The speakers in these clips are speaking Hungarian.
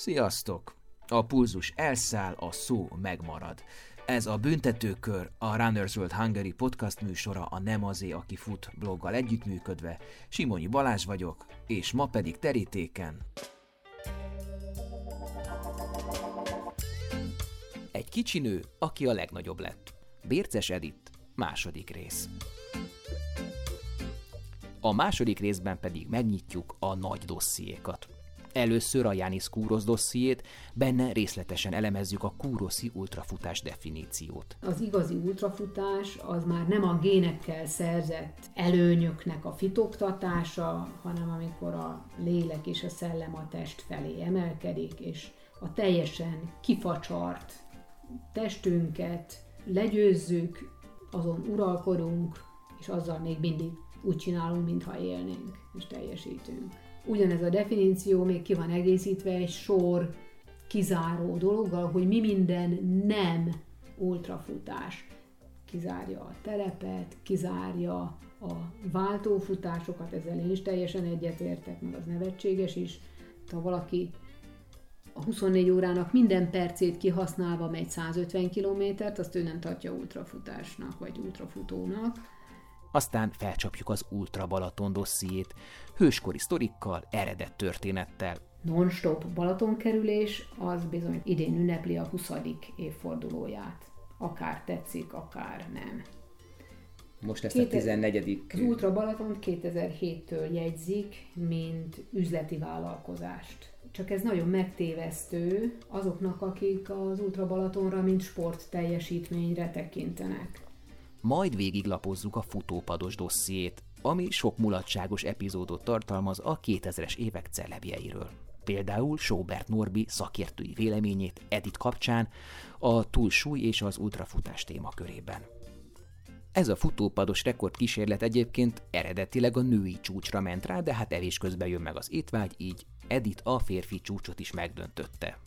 Sziasztok! A pulzus elszáll, a szó megmarad. Ez a Büntetőkör, a Runner's World Hungary podcast műsora a Nem azé, aki fut bloggal együttműködve. Simonyi Balázs vagyok, és ma pedig terítéken egy kicsi nő, aki a legnagyobb lett. Bérces Edit, második rész. A második részben pedig megnyitjuk a nagy dossziékat. Először a Yanis Kouros dossziét, benne részletesen elemezzük a kouroszi ultrafutás definíciót. Az igazi ultrafutás az már nem a génekkel szerzett előnyöknek a fitoktatása, hanem amikor a lélek és a szellem a test felé emelkedik, és a teljesen kifacsart testünket legyőzzük, azon uralkodunk, és azzal még mindig úgy csinálunk, mintha élnénk, és teljesítünk. Ugyanez a definíció még ki van egészítve egy sor kizáró dologgal, hogy mi minden nem ultrafutás. Kizárja a terepet, kizárja a váltófutásokat, ezzel én is teljesen egyetértek, meg az nevetséges is. Ha valaki a 24 órának minden percét kihasználva megy 150 kilométert, azt ő nem tartja ultrafutásnak, vagy ultrafutónak. Aztán felcsapjuk az Ultra Balaton dossziét, hőskori sztorikkal, eredet történettel. Non-stop Balatonkerülés, az bizony idén ünnepli a 20. évfordulóját. Akár tetszik, akár nem. Most ezt a 14. Az Ultra Balatont 2007-től jegyzik, mint üzleti vállalkozást. Csak ez nagyon megtévesztő azoknak, akik az Ultra Balatonra, mint sport teljesítményre tekintenek. Majd végiglapozzuk a futópados dossziét, ami sok mulatságos epizódot tartalmaz a 2000-es évek celebjeiről. Például Sóbert Norbi szakértői véleményét Edit kapcsán a túlsúly és az ultrafutás témakörében. Ez a futópados rekordkísérlet egyébként eredetileg a női csúcsra ment rá, de hát evés közben jön meg az étvágy, így Edit a férfi csúcsot is megdöntötte.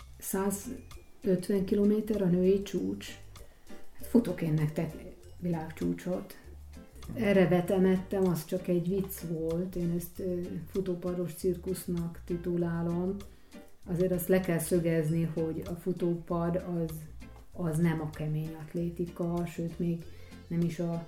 150 km a női csúcs. Futok én nektek világcsúcsot. Erre vetemettem, az csak egy vicc volt, én ezt futópados cirkusznak titulálom. Azért azt le kell szögezni, hogy a futópad az nem a kemény atlétika, sőt még nem is a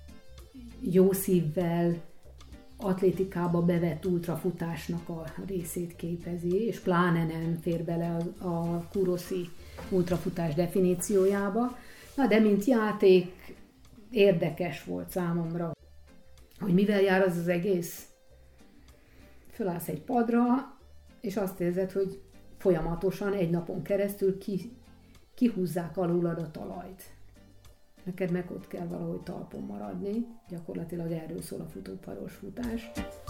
jó szívvel atlétikába bevett ultrafutásnak a részét képezi, és pláne nem fér bele a kouroszi ultrafutás definíciójába. Na de mint játék érdekes volt számomra, hogy mivel jár az egész. Fölállsz egy padra, és azt érzed, hogy folyamatosan egy napon keresztül kihúzzák alulad a talajt. Neked meg ott kell valahogy talpon maradni, gyakorlatilag erről szól a futópados futás.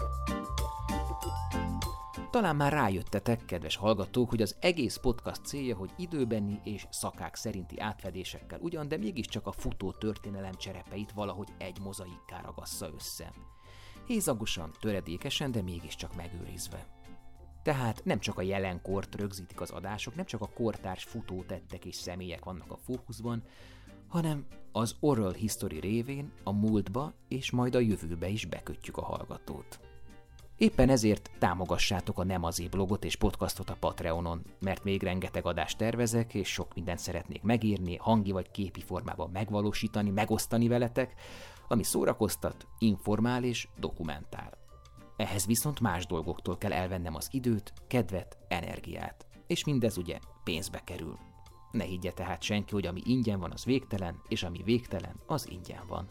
Talán már rájöttetek, kedves hallgatók, hogy az egész podcast célja, hogy időbeni és szakák szerinti átfedésekkel ugyan, de mégiscsak a futó történelem cserepeit valahogy egy mozaikká ragassza össze. Hézagosan, töredékesen, de mégiscsak megőrizve. Tehát nem csak a jelenkort rögzítik az adások, nem csak a kortárs futótettek és személyek vannak a fókuszban, hanem az oral history révén a múltba és majd a jövőbe is bekötjük a hallgatót. Éppen ezért támogassátok a Nem azé blogot és podcastot a Patreonon, mert még rengeteg adást tervezek, és sok mindent szeretnék megírni, hangi vagy képi formában megvalósítani, megosztani veletek, ami szórakoztat, informál és dokumentál. Ehhez viszont más dolgoktól kell elvennem az időt, kedvet, energiát. És mindez ugye pénzbe kerül. Ne higgye tehát senki, hogy ami ingyen van, az végtelen, és ami végtelen, az ingyen van.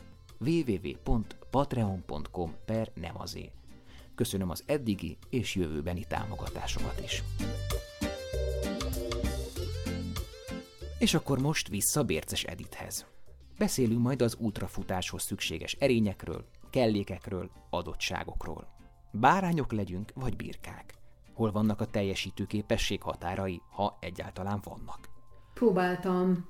www.patreon.com/nemazé. Köszönöm az eddigi és jövőbeni támogatásokat is. És akkor most vissza Bérces Edithez. Beszélünk majd az ultrafutáshoz szükséges erényekről, kellékekről, adottságokról. Bárányok legyünk, vagy birkák? Hol vannak a teljesítőképesség határai, ha egyáltalán vannak? Próbáltam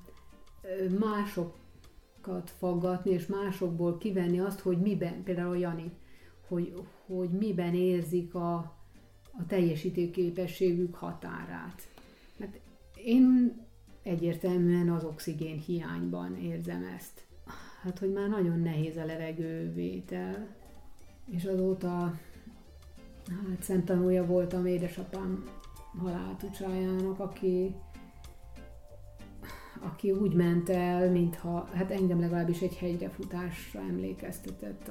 másokat faggatni, és másokból kivenni azt, hogy miben, például Jani, hogy miben érzik a teljesítőképességük határát. Mert én egyértelműen az oxigén hiányban érzem ezt. Hát, hogy már nagyon nehéz a levegővétel, és azóta szemtanúja voltam édesapám haláltucsájának, aki úgy ment el, mintha, hát engem legalábbis egy hegyrefutásra emlékeztetett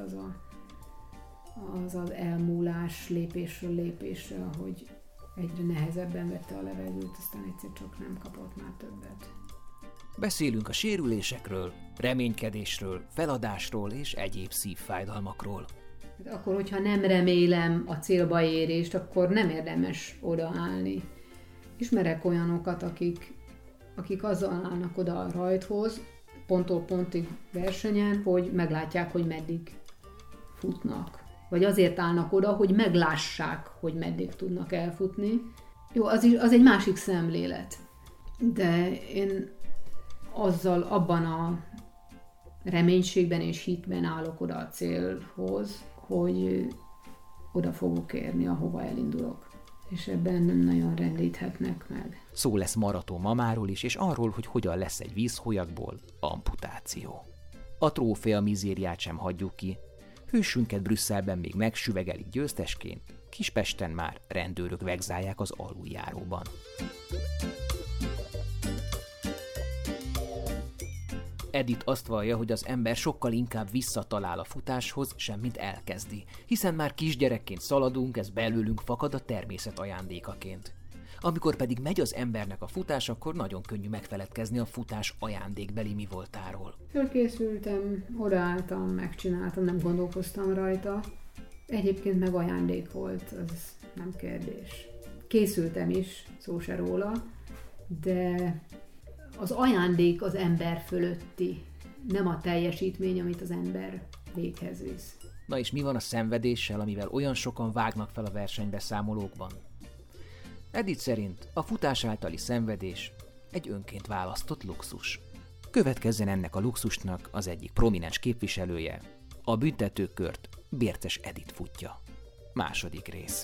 az elmúlás lépésről lépésre, ahogy egyre nehezebben vette a levegőt, aztán egyszer csak nem kapott már többet. Beszélünk a sérülésekről, reménykedésről, feladásról és egyéb szívfájdalmakról. Akkor, hogyha nem remélem a célba érést, akkor nem érdemes odaállni. Ismerek olyanokat, akik azzal állnak oda a rajthoz, ponttól pontig versenyen, hogy meglátják, hogy meddig futnak. Vagy azért állnak oda, hogy meglássák, hogy meddig tudnak elfutni. Jó, az egy másik szemlélet. De én azzal abban a reménységben és hitben állok oda a célhoz, hogy oda fogok érni, ahova elindulok. És ebben nem nagyon rendíthetnek meg. Szó lesz maraton mamáról is, és arról, hogy hogyan lesz egy vízholyagból amputáció. A trófea mizériát sem hagyjuk ki. Hősünket Brüsszelben még megsüvegelik győztesként, Kispesten már rendőrök vegzálják az aluljáróban. Edith azt vallja, hogy az ember sokkal inkább visszatalál a futáshoz, semmint elkezdi, hiszen már kisgyerekként szaladunk, ez belőlünk fakad a természet ajándékaként. Amikor pedig megy az embernek a futás, akkor nagyon könnyű megfeledkezni a futás ajándékbeli mi voltáról. Fölkészültem, odaálltam, megcsináltam, nem gondolkoztam rajta. Egyébként meg ajándék volt, az nem kérdés. Készültem is, szó se róla, de az ajándék az ember fölötti, nem a teljesítmény, amit az ember véghez visz. Na és mi van a szenvedéssel, amivel olyan sokan vágnak fel a versenybeszámolókban? Edith szerint a futás általi szenvedés egy önként választott luxus. Következzen ennek a luxusnak az egyik prominens képviselője, a büntetőkört Bérces Edith futja. Második rész.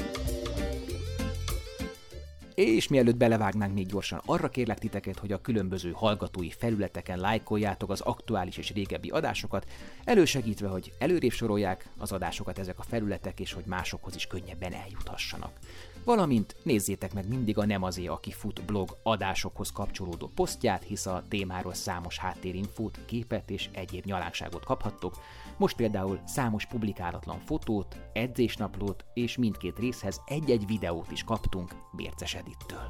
És mielőtt belevágnánk még gyorsan, arra kérlek titeket, hogy a különböző hallgatói felületeken lájkoljátok az aktuális és régebbi adásokat, elősegítve, hogy előrébb sorolják az adásokat ezek a felületek, és hogy másokhoz is könnyebben eljuthassanak. Valamint nézzétek meg mindig a Nem azé, aki fut blog adásokhoz kapcsolódó posztját, hisz a témáról számos háttérinfót, képet és egyéb nyalánkságot kaphattok. Most például számos publikálatlan fotót, edzésnaplót és mindkét részhez egy-egy videót is kaptunk Bérces Edithtől.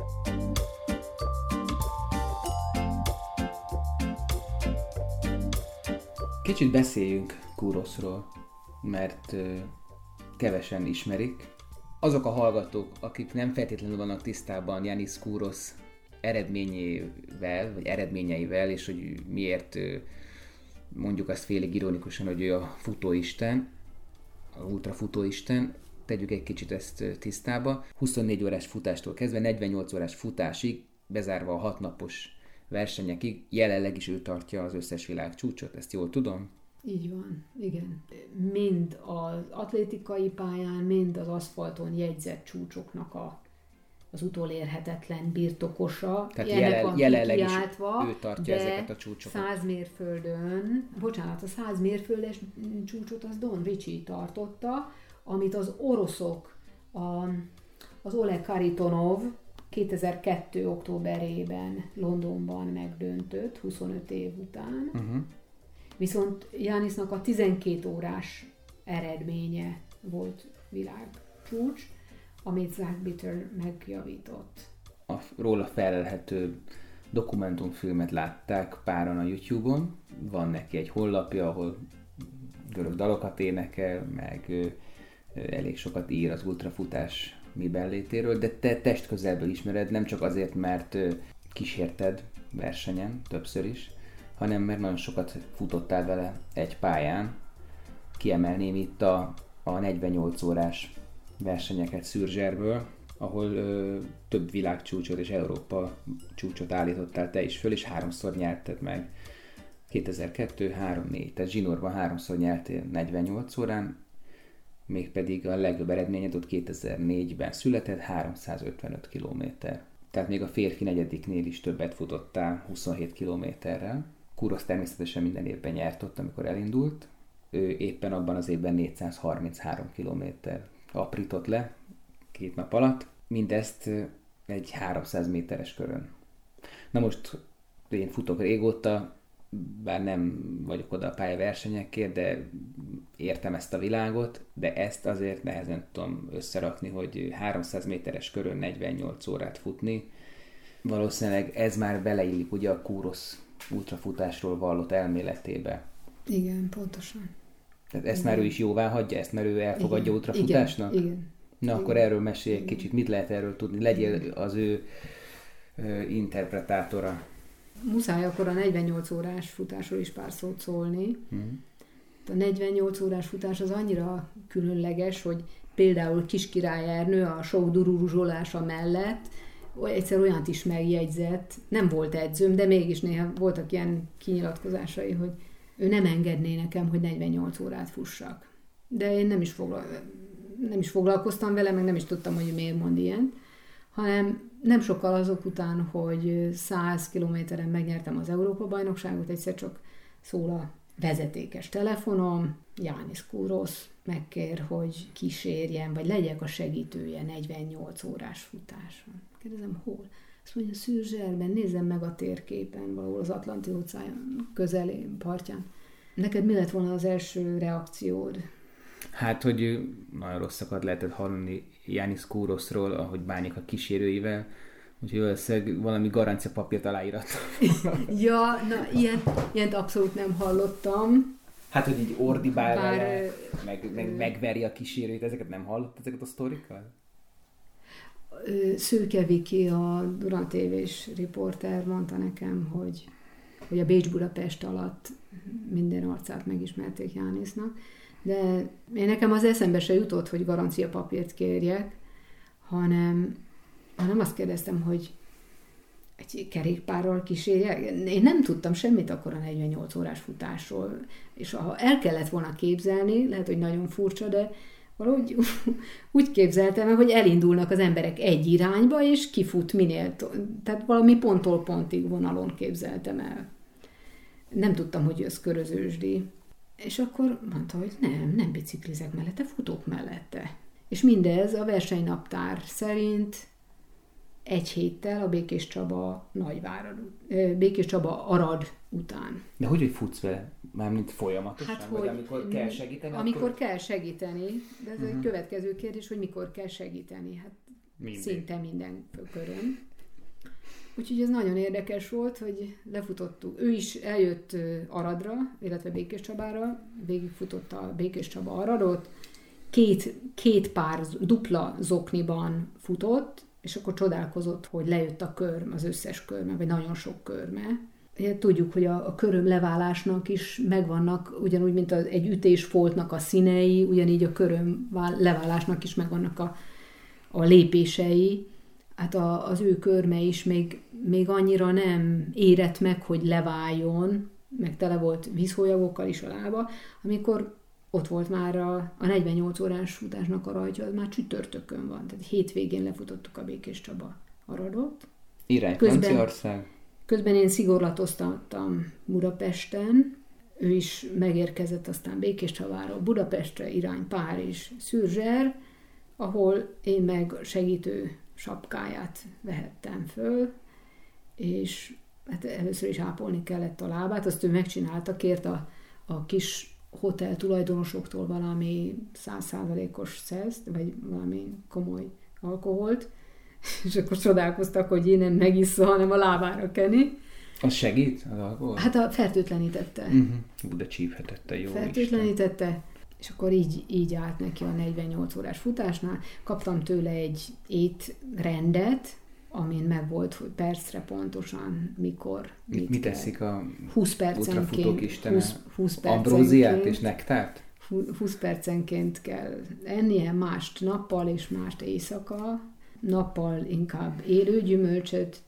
Kicsit beszéljünk Kouroszról, mert kevesen ismerik. Azok a hallgatók, akik nem feltétlenül vannak tisztában Yanis Kouros eredményével, vagy eredményeivel, és hogy miért mondjuk azt félig ironikusan, hogy ő a futóisten, a ultrafutóisten, tegyük egy kicsit ezt tisztába. 24 órás futástól kezdve 48 órás futásig, bezárva a 6 napos versenyekig, jelenleg is ő tartja az összes világcsúcsot, ezt jól tudom? Így van, igen. Mind az atlétikai pályán, mind az aszfalton jegyzett csúcsoknak az utolérhetetlen birtokosa. Tehát jelenleg is ő tartja ezeket a csúcsokat. 100 mérföldön, a 100 mérföldes csúcsot az Don Ricci tartotta, amit az oroszok, az Oleg Karitonov 2002. októberében Londonban megdöntött, 25 év után. Viszont Yanisnak a 12 órás eredménye volt világcsúcs, amit Zach Bitter megjavított. A róla felelhető dokumentumfilmet látták páran a YouTube-on. Van neki egy honlapja, ahol görög dalokat énekel, meg elég sokat ír az ultrafutás miben létéről, de te testközelből ismered, nem csak azért, mert kísérted versenyen többször is, hanem mert nagyon sokat futottál vele egy pályán. Kiemelném itt a 48 órás versenyeket Szürzserből, ahol több világcsúcsot és Európa csúcsot állítottál te is föl, és 3-szor nyerted meg. 2002, 3, 4, tehát zsinórban 3-szor nyertél 48 órán, mégpedig a legjobb eredményed ott 2004-ben született, 355 kilométer. Tehát még a férfi negyediknél is többet futottál 27 kilométerrel. Kouros természetesen minden évben nyert ott, amikor elindult. Ő éppen abban az évben 433 kilométer aprított le 2 nap alatt. mindezt egy 300 méteres körön. Na most én futok régóta, bár nem vagyok oda a pályaversenyekért, de értem ezt a világot, de ezt azért nehezen tudom összerakni, hogy 300 méteres körön 48 órát futni. Valószínűleg ez már beleillik ugye a Kúrosz ultrafutásról vallott elméletébe. Igen, pontosan. Tehát ezt már ő is jóvá hagyja, ezt már ő elfogadja ultrafutásnak? Igen. Na, akkor erről mesélj egy kicsit, mit lehet erről tudni? Legyél az ő interpretátora. Muszáj akkor a 48 órás futásról is pár szót szólni. A 48 órás futás az annyira különleges, hogy például Kiskirály Ernő a sok dururuzsolása mellett egyszer olyant is megjegyzett, nem volt edzőm, de mégis néha voltak ilyen kinyilatkozásai, hogy ő nem engedné nekem, hogy 48 órát fussak. De én nem is foglalkoztam vele, meg nem is tudtam, hogy miért mond ilyen, hanem nem sokkal azok után, hogy 100 kilométeren megnyertem az Európa-bajnokságot, egyszer csak szól a vezetékes telefonom, Jánisz Kúrosz megkér, hogy kísérjen, vagy legyek a segítője 48 órás futáson. Kérdezem, hol? Azt mondja, Szürzserben, nézzem meg a térképen, valahol az Atlanti-óceán közelén, partján. Neked mi lett volna az első reakciód? Hát, hogy nagyon rosszakat lehetett hallani Jánisz Kúroszról, ahogy bánik a kísérőivel, úgyhogy valószínűleg valami garanciapapírt aláírattam. Ja, na, ilyent abszolút nem hallottam. Hát, hogy így ordibál meg megveri a kísérőit, ezeket nem hallott, ezeket a sztorikat? Szőke Viki, a Duna TV-s riporter mondta nekem, hogy a Bécs-Budapest alatt minden arcát megismerték Jánisznak, de nekem az eszembe se jutott, hogy garanciapapírt kérjek, hanem azt kérdeztem, hogy egy kerékpárral kísérjek. Én nem tudtam semmit akkor a 48 órás futásról, és ha el kellett volna képzelni, lehet, hogy nagyon furcsa, de valahogy úgy képzeltem el, hogy elindulnak az emberek egy irányba, és kifut tehát valami ponttól pontig vonalon képzeltem el. Nem tudtam, hogy jössz Körözősdi. És akkor mondta, hogy nem biciklizek mellette, futok mellette. És mindez a versenynaptár szerint egy héttel a Békés Csaba Arad után. De hogy futsz vele? Mármint folyamatosan? Hát, vagy amikor kell segíteni? Amikor kell segíteni, de ez egy következő kérdés, hogy mikor kell segíteni. Hát szinte minden körön. Úgyhogy ez nagyon érdekes volt, hogy lefutottuk. Ő is eljött Aradra, illetve Békés Csabára, végigfutotta a Békés Csaba Aradot, két pár dupla zokniban futott, és akkor csodálkozott, hogy lejött a körm, az összes körme, vagy nagyon sok körme. Tudjuk, hogy a köröm leválásnak is megvannak, ugyanúgy, mint egy ütésfoltnak a színei, ugyanígy a köröm leválásnak is megvannak a lépései. Hát az ő körme is még annyira nem érett meg, hogy leváljon, meg tele volt vízhólyagokkal is a lába, amikor ott volt már a 48 órás futásnak a rajtja, az már csütörtökön van. Tehát hétvégén lefutottuk a Békés Csaba Aradot. Irány Franciaország. Közben én szigorlatoztattam Budapesten, ő is megérkezett aztán Békés Csabáról Budapestre, irány Párizs, Szürzser, ahol én meg segítő sapkáját vehettem föl, és hát először is ápolni kellett a lábát, azt ő megcsinálta, kért a kis hotel tulajdonosoktól valami 100%-os szeszt, vagy valami komoly alkoholt, és akkor csodálkoztak, hogy én nem megissza, hanem a lábára keni. Az segít az alkohol? Hát fertőtlenítette. De csíphetette, jó fertőtlenítette, Isten. És akkor így állt neki a 48 órás futásnál. Kaptam tőle egy étrendet, amin meg volt, hogy percre pontosan, mikor. Mit teszik a 20 percenként, 20 ambróziát és nektárt? 20 percenként kell ennie, mást nappal és mást éjszaka. Nappal inkább élő gyümölcsöt,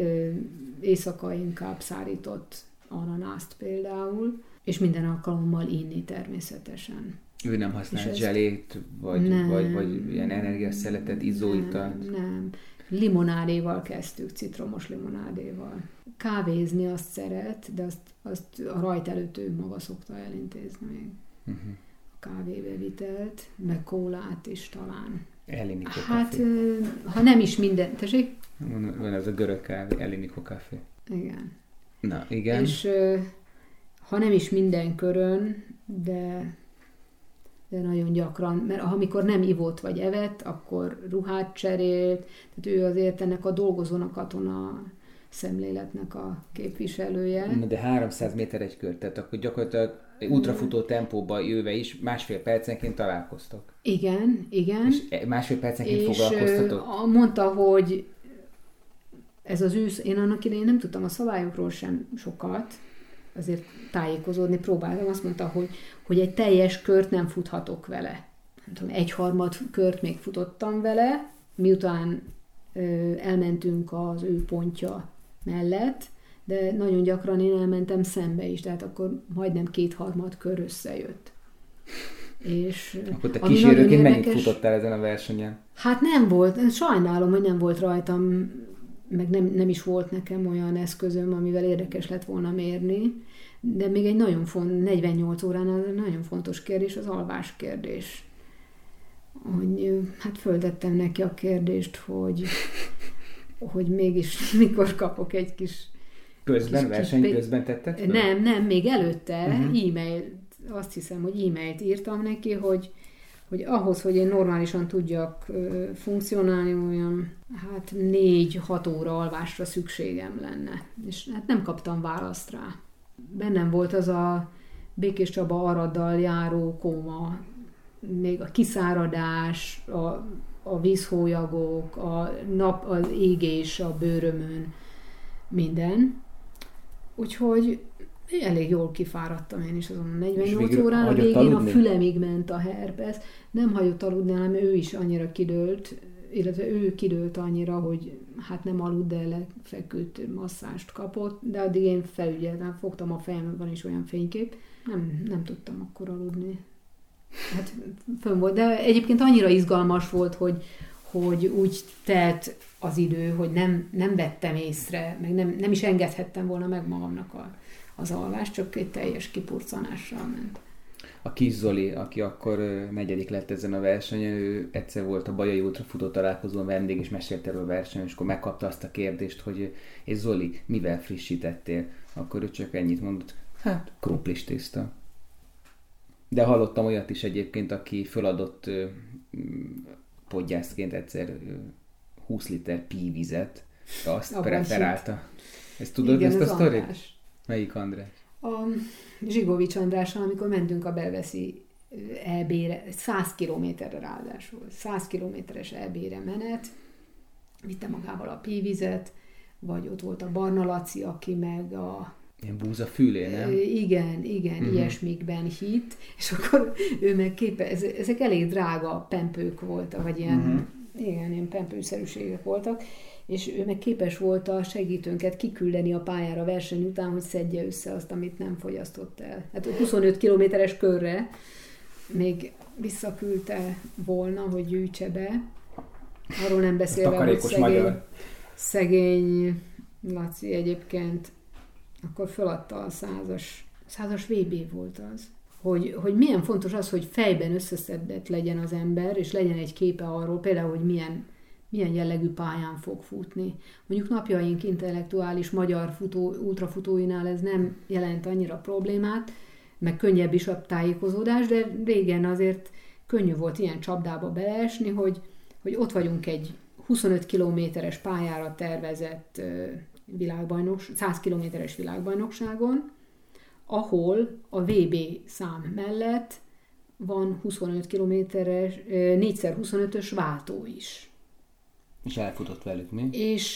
éjszaka inkább szárított ananászt például, és minden alkalommal inni természetesen. Ő nem használ zselét, vagy ilyen energiaszeletet, izzóitalt? Nem. Limonádéval kezdtük, citromos limonádéval. Kávézni azt szeret, de azt a rajt előtt ő maga szokta elintézni még. A kávébevitelt, meg kólát is talán. Elliniko Hát, Café. ha nem is minden... Tessék? Van ez a görög kávé, Elliniko Café. Igen. Na, igen. És ha nem is minden körön, de nagyon gyakran, mert amikor nem ivott vagy evett, akkor ruhát cserélt, tehát ő azért ennek a dolgozónak, katona szemléletnek a képviselője. Na, de 300 méter egy kör, tehát akkor gyakorlatilag ultrafutó tempóba jöve is 1,5 percenként találkoztok. Igen. És 1,5 percenként foglalkoztatok? És mondta, hogy ez az ősz, én annak idején nem tudtam a szabályokról sem sokat, azért tájékozódni próbáltam, azt mondta, hogy egy teljes kört nem futhatok vele. Nem tudom, 1/3 kört még futottam vele, miután elmentünk az ő pontja mellett, de nagyon gyakran én elmentem szembe is, tehát akkor majdnem 2/3 kör összejött. És akkor te kísérőként mennyit futottál ezen a versenyen? Hát nem volt, sajnálom, hogy nem volt rajtam, meg nem is volt nekem olyan eszközöm, amivel érdekes lett volna mérni, de még egy 48 órán az nagyon fontos kérdés, az alvás kérdés. Hogy hát föltettem neki a kérdést, hogy mégis mikor kapok egy kis... Verseny közben tetted fel? Nem, még előtte e-mailt, azt hiszem, hogy e-mailt írtam neki, hogy ahhoz, hogy én normálisan tudjak funkcionálni, olyan 4-6 óra alvásra szükségem lenne. És hát nem kaptam választ rá. Bennem volt az a Békés Csaba Araddal járó kóma, még a kiszáradás, a vízhólyagok, az égés a bőrömön, minden. Úgyhogy elég jól kifáradtam én is azon a 48 órán, a végén aludni? A fülemig ment a herpes. Nem hagyott aludni, hanem ő is annyira kidőlt, illetve ő kidőlt annyira, hogy hát nem aludt, de lefeküdt, masszást kapott, de addig én felügyeltem, fogtam a fejemben, van is olyan fénykép. Nem tudtam akkor aludni. Hát fönn volt, de egyébként annyira izgalmas volt, hogy úgy telt az idő, hogy nem vettem észre, meg nem is engedhettem volna meg magamnak az alvás, csak egy teljes kipurcanással ment. A kis Zoli, aki akkor 4. lett ezen a versenyen, ő egyszer volt a Bajai Ultrafutó találkozón vendég, és mesélte erről a versenyen, és akkor megkapta azt a kérdést, hogy és Zoli, mivel frissítettél? Akkor ő csak ennyit mondott, hát krumplis tészta. De hallottam olyat is egyébként, aki föladott podgyászként egyszer 20 liter pívizet, azt preferálta. Ezt tudod, igen, ezt a sztorit? András. Melyik András? A Zsigovics Andrással, amikor mentünk a belveszi EB-re, 100 kilométerre ráadásul, 100 kilométeres EB-re menet, vitte magával a pívizet, vagy ott volt a Barna Laci, aki meg a... Ilyen búza fülé, nem? Igen, ilyesmikben hitt, és akkor ő meg ezek elég drága pempők voltak, vagy ilyen pempőszerűségek voltak, és ő meg képes volt a segítőnket kiküldeni a pályára a verseny után, hogy szedje össze azt, amit nem fogyasztott el. Hát 25 kilométeres körre még visszaküldte volna, hogy gyűjtse be. Arról nem beszélve, hogy szegény Laci egyébként akkor feladta a 100-as VB volt az. Hogy milyen fontos az, hogy fejben összeszedett legyen az ember, és legyen egy képe arról, például, hogy milyen jellegű pályán fog futni. Mondjuk napjaink intellektuális magyar ultrafutóinál ez nem jelent annyira problémát, meg könnyebb is a tájékozódás, de régen azért könnyű volt ilyen csapdába beleesni, hogy ott vagyunk egy 25 kilométeres pályára tervezett 100 kilométeres világbajnokságon, ahol a VB szám mellett van 25 kilométeres, 4x25-ös váltó is. És elfutott velük, mi?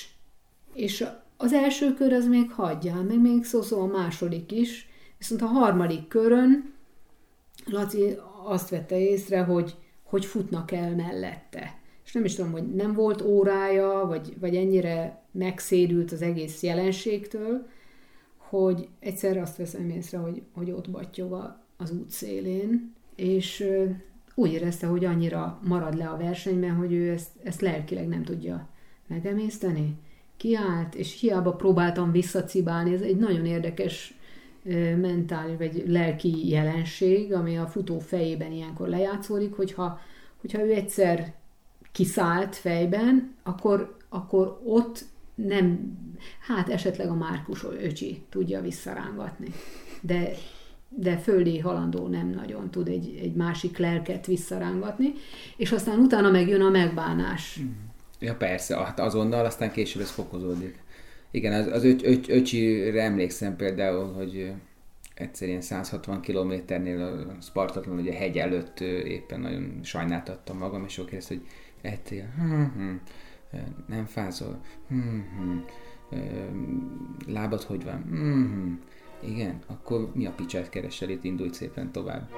És az első kör az még hagyjál, meg még szó a második is, viszont a harmadik körön Laci azt vette észre, hogy futnak el mellette. És nem is tudom, hogy nem volt órája, vagy ennyire megszédült az egész jelenségtől, hogy egyszer azt veszem észre, hogy ott battyog az út szélén, és úgy érezte, hogy annyira marad le a versenyben, hogy ő ezt lelkileg nem tudja megemészteni. Kiállt, és hiába próbáltam visszacibálni, ez egy nagyon érdekes mentális vagy lelki jelenség, ami a futó fejében ilyenkor lejátszódik, hogyha ő egyszer kiszállt fejben, akkor ott nem, hát esetleg a Márkus öcsi tudja visszarángatni. De földi halandó nem nagyon tud egy másik lelket visszarángatni, és aztán utána megjön a megbánás. Ja persze, hát azonnal, aztán később ez fokozódik. Igen, az öcsire emlékszem például, hogy egyszer ilyen 160 kilométernél a Spartatlan, ugye a hegy előtt éppen nagyon sajnáltattam magam, és ő kérdezte, hogy ettél, nem fázol, lábad hogy van, igen, akkor mi a picsát keresel itt, indulj szépen tovább.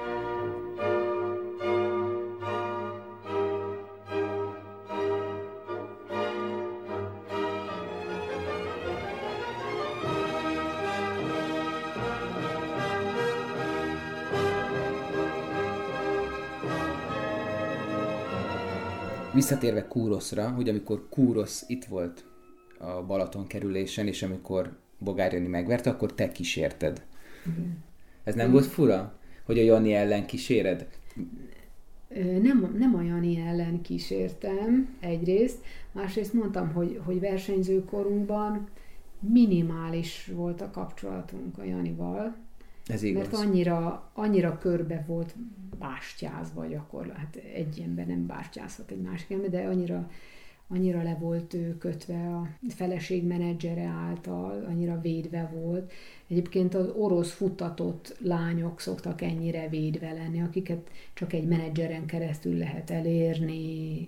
Visszatérve Kúroszra, hogy amikor Kúrosz itt volt a Balaton kerülésen, és amikor Bogár Jani megverte, akkor te kísérted. Ez nem volt fura, hogy a Jani ellen kíséred? Nem a Jani ellen kísértem egyrészt, másrészt mondtam, hogy versenyzőkorunkban minimális volt a kapcsolatunk a Janival. Ez igaz. Mert annyira körbe volt bástyázva gyakorlatilag. Hát egy ember nem bástyázhat egy másik ember, de annyira le volt ő kötve a feleség menedzsere által, annyira védve volt. Egyébként az orosz futtatott lányok szoktak ennyire védve lenni, akiket csak egy menedzseren keresztül lehet elérni,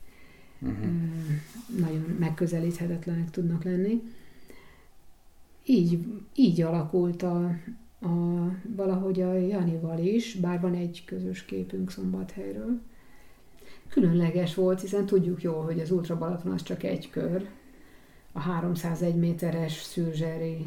nagyon megközelíthetetlenek tudnak lenni. Így alakult valahogy a Janival is, bár van egy közös képünk Szombathelyről. Különleges volt, hiszen tudjuk jól, hogy az Ultra Balaton az csak egy kör. A 301 méteres szürzseri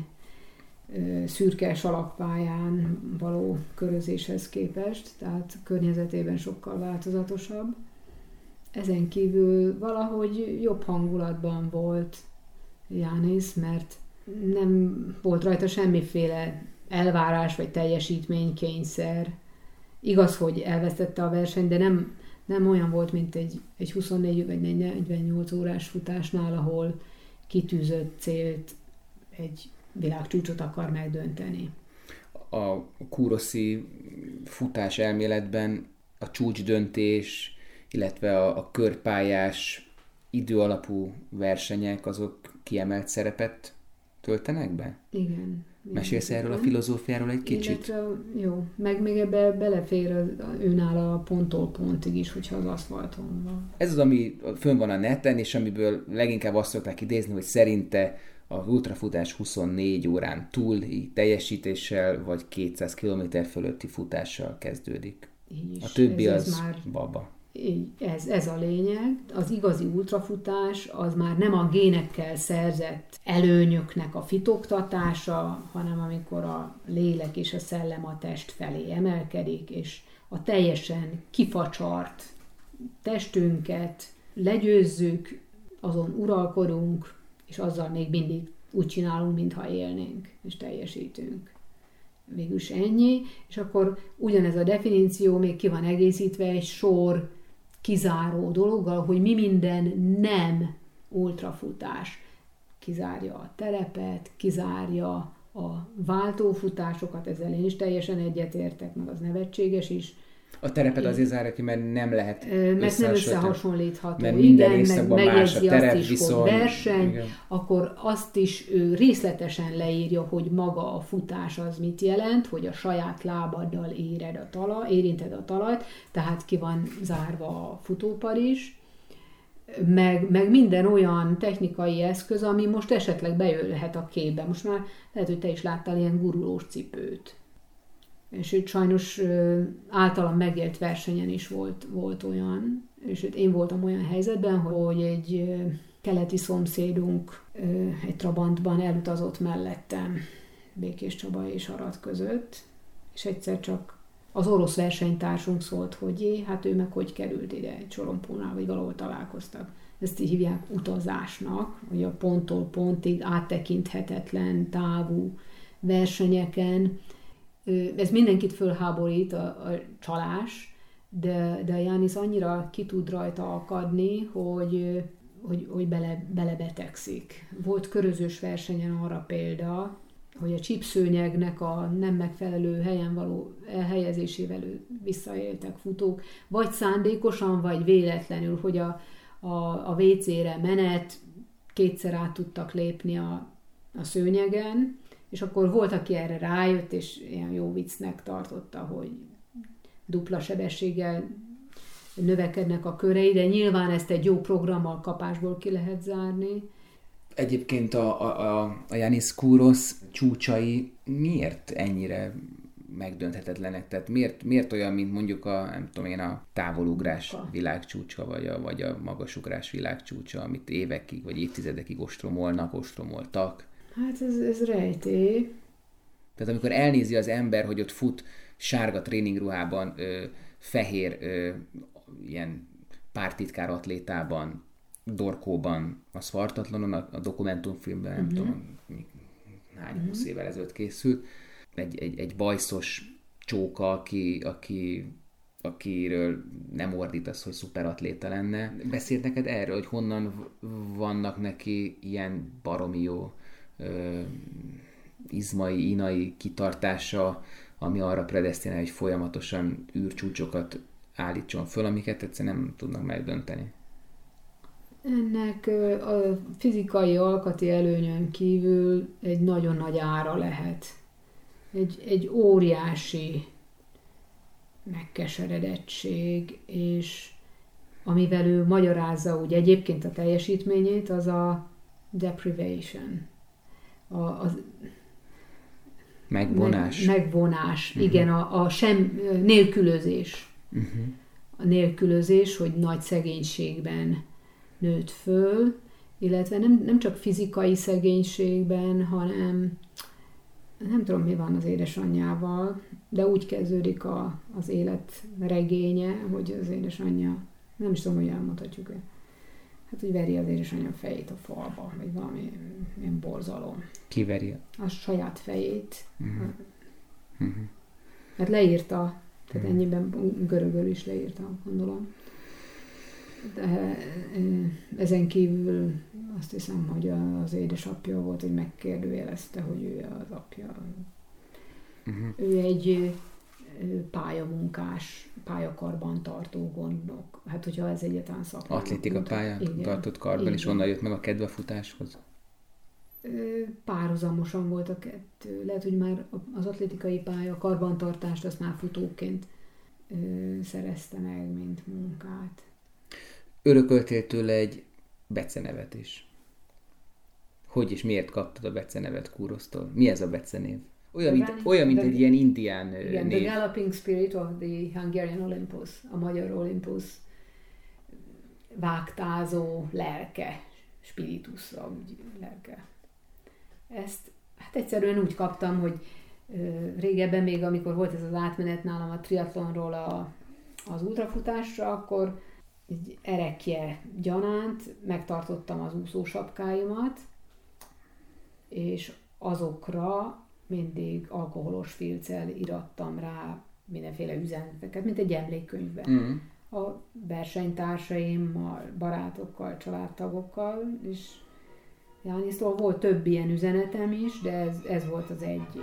szürke salakpályán való körözéshez képest, tehát környezetében sokkal változatosabb. Ezen kívül valahogy jobb hangulatban volt Jánisz, mert nem volt rajta semmiféle elvárás vagy teljesítménykényszer. Igaz, hogy elvesztette a versenyt, de nem olyan volt, mint egy 24 vagy 48 órás futásnál, ahol kitűzött célt, egy világcsúcsot akar megdönteni. A kúroszi futás elméletben a csúcsdöntés, illetve a körpályás időalapú versenyek, azok kiemelt szerepet töltenek be? Igen. Mesélsz erről a filozófiáról egy kicsit? Illetve, jó, meg még ebbe belefér őnála a ponttól pontig is, hogyha az aszfalton van. Ez az, ami fönn van a neten, és amiből leginkább azt szokták idézni, hogy szerinte az ultrafutás 24 órán túli teljesítéssel, vagy 200 km fölötti futással kezdődik. Így a többi ez az már... baba. Ez a lényeg. Az igazi ultrafutás az már nem a génekkel szerzett előnyöknek a fitoktatása, hanem amikor a lélek és a szellem a test felé emelkedik, és a teljesen kifacsart testünket legyőzzük, azon uralkodunk, és azzal még mindig úgy csinálunk, mintha élnénk, és teljesítünk. Végülis ennyi, és akkor ugyanez a definíció még ki van egészítve egy sor kizáró dologgal, hogy mi minden nem ultrafutás. Kizárja a terepet, kizárja a váltófutásosokat, ezzel én is teljesen egyetértek, meg az nevetséges is. A terepet azért zárja ki, mert nem lehet mert nem összehasonlítható. Mert minden évszakban más a terep, azt is, viszont... hogy verseny, igen. Akkor azt is ő részletesen leírja, hogy maga a futás az mit jelent, hogy a saját lábaddal érinted a talajt, tehát ki van zárva a futópad is, meg minden olyan technikai eszköz, ami most esetleg bejöhet a képbe. Most már lehet, hogy te is láttál ilyen gurulós cipőt. És itt sajnos általam megélt versenyen is volt olyan, és én voltam olyan helyzetben, hogy egy keleti szomszédunk egy Trabantban elutazott mellettem Békés Csaba és Arad között, és egyszer csak az orosz versenytársunk szólt, hogy hát ő meg hogy került ide, egy sorompónál, vagy valahol találkoztak. Ezt így hívják utazásnak, hogy a ponttól pontig áttekinthetetlen távú versenyeken. Ez mindenkit fölháborít, a csalás, de a Jánisz annyira ki tud rajta akadni, hogy belebetegszik. Volt körözős versenyen arra példa, hogy a csípszőnyegnek a nem megfelelő helyen való elhelyezésével visszaéltek futók, vagy szándékosan, vagy véletlenül, hogy a WC-re menet, kétszer át tudtak lépni a szőnyegen, és akkor volt, aki erre rájött, és ilyen jó viccnek tartotta, hogy dupla sebességgel növekednek a körei, de nyilván ezt egy jó programmal kapásból ki lehet zárni. Egyébként a Yanis Kouros csúcsai miért ennyire megdönthetetlenek? Tehát miért olyan, mint mondjuk a távolugrás világcsúcsa, vagy a magasugrás világcsúcsa, amit évekig, vagy évtizedekig ostromoltak? Hát ez rejtély. Tehát amikor elnézi az ember, hogy ott fut sárga tréningruhában, fehér ilyen pártitkár atlétában, dorkóban, a Szvartatlanon, a dokumentumfilmben, nem tudom, hány 20 évvel ezelőtt készült, egy bajszos csóka, akiről nem ordítasz, hogy szuperatléta lenne. Beszélt neked erről, hogy honnan vannak neki ilyen baromi jó izmai, inai kitartása, ami arra predesztinál, hogy folyamatosan űrcsúcsokat állítson föl, amiket egyszerűen nem tudnak megdönteni. Ennek a fizikai alkati előnyön kívül egy nagyon nagy ára lehet. Egy óriási megkeseredettség, és amivel ő magyarázza úgy egyébként a teljesítményét, az a deprivation. Megvonás. Megvonás, igen, a nélkülözés. A nélkülözés, hogy nagy szegénységben nőtt föl, illetve nem csak fizikai szegénységben, hanem nem tudom, mi van az édesanyjával, de úgy kezdődik az élet regénye, hogy az édesanyja, nem is tudom, hogy elmondhatjuk, hát úgy veri az édesanyja fejét a falba, vagy valami ilyen borzalom. Ki veri? A saját fejét. Hát leírta, tehát ennyiben görögül is leírta, gondolom. De ezen kívül azt hiszem, hogy az édesapja volt, hogy megkérdőjelezte, hogy ő az apja. Ő egy pályamunkás, pályakarban tartó gondnok. Hát, hogyha ez egyáltalán szakmának. Atlétika pályán tartott karban, és onnan jött meg a kedve a futáshoz? Párhuzamosan volt a kettő. Lehet, hogy már az atlétikai pálya karbantartást azt már futóként szerezte meg, mint munkát. Örököltél tőle egy becenevet is. Hogy és miért kaptad a becenevet Kourosztól? Mi ez a becenév? Olyan, mint egy ilyen indián név. The Galloping Spirit of the Hungarian Olympus, a magyar Olympus vágtázó lelke, spiritusra, úgy lelke. Ezt hát egyszerűen úgy kaptam, hogy régebben még, amikor volt ez az átmenet nálam a triatlonról az ultrafutásra, akkor egy erekje gyanánt megtartottam az úszósapkáimat, és azokra mindig alkoholos filccel irattam rá mindenféle üzeneteket, mint egy emlékkönyvben. A versenytársaimmal, barátokkal, családtagokkal, és Jánisztól volt több ilyen üzenetem is, de ez volt az egyik.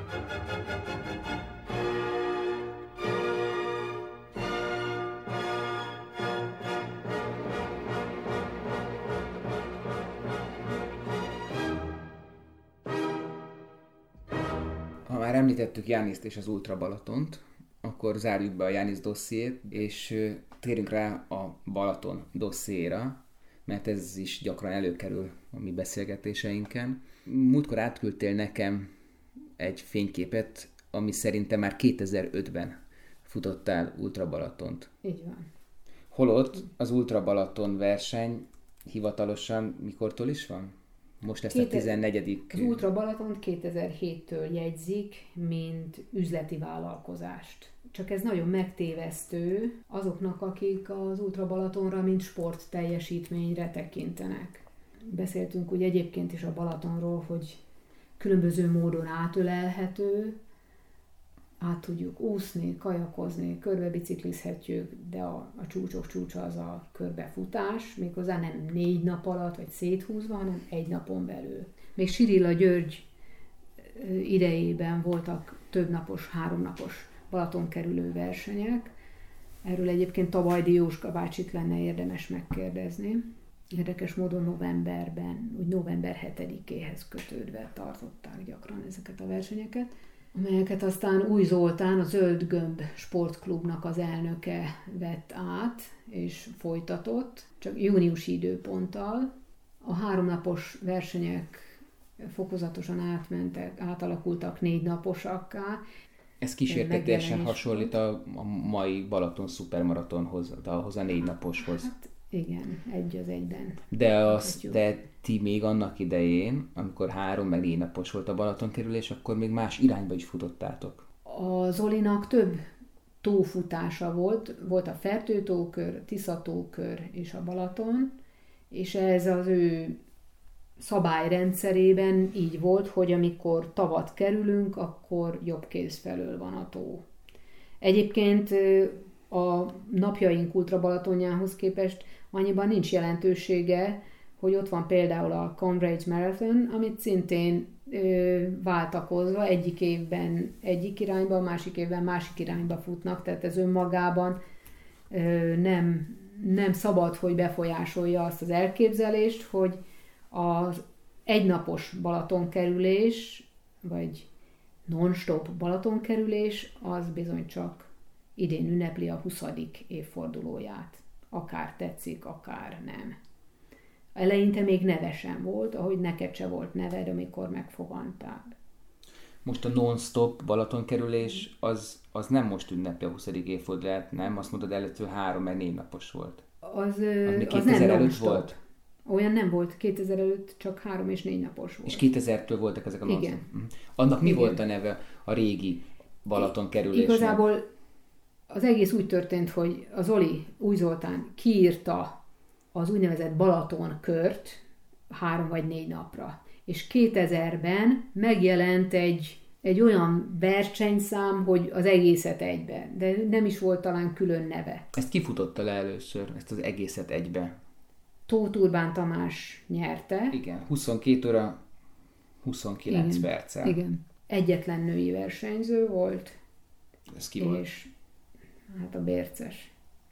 Ha már említettük Jániszt és az Ultra Balatont, akkor zárjuk be a Jánisz dossziét, és térjünk rá a Balaton dossziéra, mert ez is gyakran előkerül a mi beszélgetéseinken. Múltkor átküldtél nekem egy fényképet, ami szerintem már 2005-ben futottál Ultra Balatont. Így van. Holott az Ultra Balaton verseny hivatalosan mikortól is van? Most lesz a 14. Az Ultra Balatont 2007-től jegyzik, mint üzleti vállalkozást. Csak ez nagyon megtévesztő azoknak, akik az Ultra Balatonra, mint sport teljesítményre tekintenek. Beszéltünk úgy egyébként is a Balatonról, hogy különböző módon átölelhető. át tudjuk úszni, kajakozni, körbebiciklizhetjük, de a csúcsok csúcsa az a körbefutás, méghozzá nem 4 nap alatt, vagy széthúzva, hanem 1 napon belül. Még Sirilla György idejében voltak több napos, 3 napos Balaton kerülő versenyek. Erről egyébként Tabajdi Jóska bácsit lenne érdemes megkérdezni. Érdekes módon novemberben, úgy november 7-éhez kötődve tartották gyakran ezeket a versenyeket, amelyeket aztán Új Zoltán, a Zöld Gömb sportklubnak az elnöke vett át, és folytatott, csak júniusi időponttal. A 3 napos versenyek fokozatosan átalakultak 4 naposakká. Ez kísértetiesen hasonlít a mai Balaton szupermaratonhoz, ahhoz a 4 naposhoz. Hát igen, egy az egyben. De ti még annak idején, amikor 3 meg 4 napos volt a Balaton kerülés, akkor még más irányba is futottátok. A Zolinak több tófutása volt. Volt a Fertőtókör, Tiszatókör és a Balaton, és ez az ő szabályrendszerében így volt, hogy amikor tavat kerülünk, akkor jobb kéz felől van a tó. Egyébként a napjaink ultrabalatonjához képest annyiban nincs jelentősége, hogy ott van például a Comrades Marathon, amit szintén váltakozva egyik évben egyik irányba, másik évben másik irányba futnak, tehát ez önmagában nem szabad, hogy befolyásolja azt az elképzelést, hogy az egynapos Balatonkerülés, vagy non-stop Balatonkerülés, az bizony csak idén ünnepli a 20. évfordulóját. Akár tetszik, akár nem. Eleinte még neve sem volt, ahogy neked se volt neved, amikor megfogantál. Most a non-stop Balatonkerülés, az nem most ünnepli a 20. évfordulóját, nem? Azt mondod, előttől 3 meg 4 napos volt. Az 2000 nem előtt non-stop volt? Olyan nem volt, 2000 előtt csak 3 és 4 napos volt. És 2000-től voltak ezek a non-stop? Igen. Annak mi Igen. volt a neve a régi Balatonkerülésnek? Igazából az egész úgy történt, hogy az Zoli, Új Zoltán kiírta az úgynevezett Balaton kört 3 vagy 4 napra. És 2000-ben megjelent egy olyan versenyszám, hogy az egészet egybe, de nem is volt talán külön neve. Ezt kifutotta le először, ezt az egészet egybe? Tóth Urbán Tamás nyerte. Igen, 22 óra 29 perccel. Igen. Egyetlen női versenyző volt. Ez ki volt? És hát a Bérces.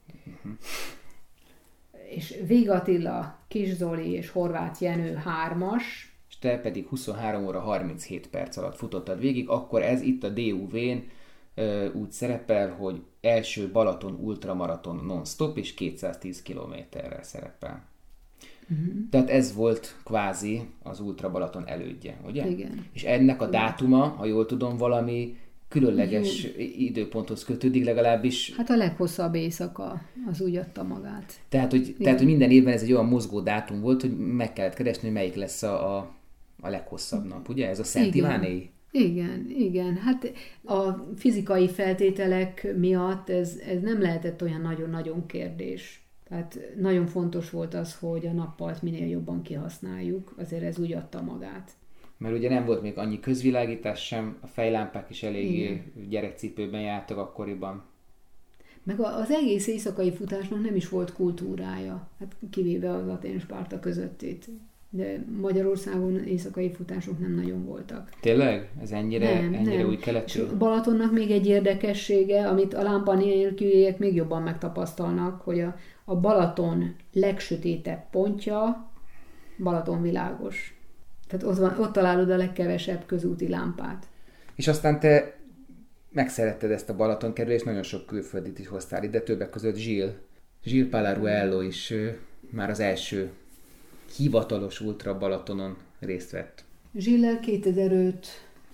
És Vég Attila, Kis Zoli és Horváth Jenő 3-as. És te pedig 23 óra 37 perc alatt futottad végig, akkor ez itt a DUV-n úgy szerepel, hogy első Balaton ultramaraton non-stop és 210 kilométerrel szerepel. Tehát ez volt kvázi az Ultra Balaton elődje, ugye? Igen. És ennek a dátuma, ha jól tudom, valami különleges időponthoz kötődik legalábbis. Hát a leghosszabb éjszaka, az úgy adta magát. Tehát, hogy minden évben ez egy olyan mozgó dátum volt, hogy meg kellett keresni, hogy melyik lesz a leghosszabb nap, ugye? Ez a Szent Iváné? Igen. Hát a fizikai feltételek miatt ez nem lehetett olyan nagyon-nagyon kérdés. Tehát nagyon fontos volt az, hogy a nappalt minél jobban kihasználjuk, azért ez úgy adta magát. Mert ugye nem volt még annyi közvilágítás sem, a fejlámpák is elég gyerekcipőben jártak akkoriban. Meg az egész éjszakai futásnak nem is volt kultúrája, hát kivéve az Atén-Sparta közöttét. De Magyarországon éjszakai futások nem nagyon voltak. Tényleg? Ez ennyire úgy keletű? Balatonnak még egy érdekessége, amit a lámpa nélküliek még jobban megtapasztalnak, hogy a Balaton legsötétebb pontja Balaton világos. Tehát ott találod a legkevesebb közúti lámpát. És aztán te megszeretted ezt a Balatonkerülést, nagyon sok külföldit is hoztál ide, többek között Gilles Palaruello is már az első hivatalos Ultra Balatonon részt vett. Gilles 2005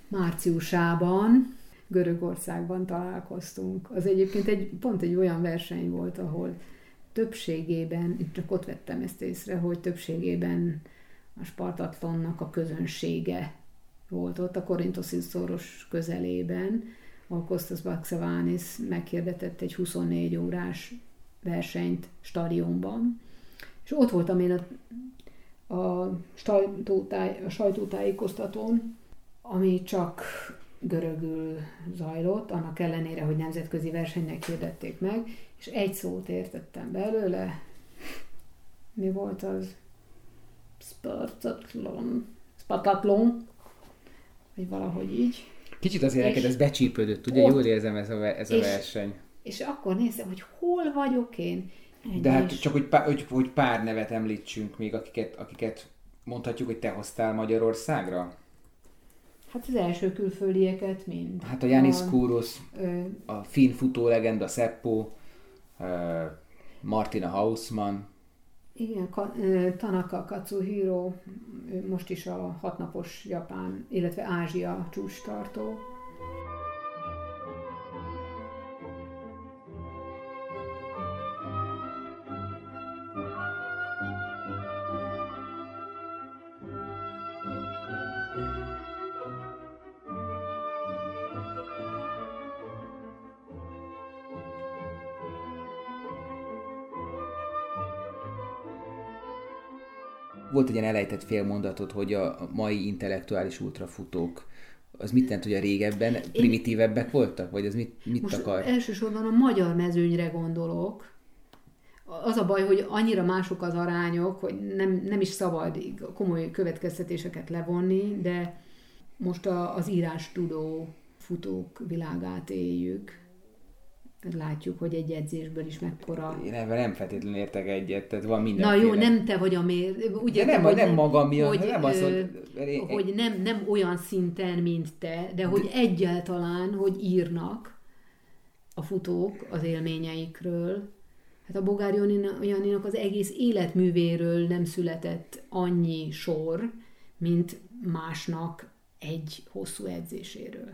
márciusában Görögországban találkoztunk. Az egyébként pont egy olyan verseny volt, ahol többségében, csak ott vettem ezt észre, hogy többségében a Spartatlonnak a közönsége volt ott, a Korintoszi szoros közelében, ahol Kostas Baksevánis meghirdetett egy 24 órás versenyt stadionban. És ott voltam én a sajtótájékoztatón, ami csak görögül zajlott, annak ellenére, hogy nemzetközi versenynek hirdették meg, és egy szót értettem belőle. Mi volt az? Spartathlon. Vagy valahogy így. Kicsit azért neked ez becsípődött, ugye? Jól érzem ez a verseny. És akkor néztem, hogy hol vagyok én. De hát csak, hogy pár nevet említsünk még, akiket mondhatjuk, hogy te hoztál Magyarországra? Hát az első külföldieket mind. Hát a Jánis Kouros, a finn futólegenda Seppo, Martina Hausmann. Igen, Tanaka Katsuhiro, most is a 6 napos Japán, illetve Ázsia csúcstartó. Volt egy ilyen elejtett félmondatot, hogy a mai intellektuális ultrafutók, az mit jelent, hogy a régebben primitívebbek voltak? Vagy ez mit most akar? Elsősorban a magyar mezőnyre gondolok. Az a baj, hogy annyira mások az arányok, hogy nem is szabad komoly következtetéseket levonni, de most az írástudó futók világát éljük. Látjuk, hogy egy edzésből is mekkora... Én ebben nem feltétlenül értek egyet, tehát van mindenféle... Na jó, nem te vagy a ugye de nem magam miatt, hogy, nem az, hogy nem olyan szinten, mint te, de hogy egyáltalán, hogy írnak a futók az élményeikről. Hát a Bogár Janinak az egész életművéről nem született annyi sor, mint másnak egy hosszú edzéséről.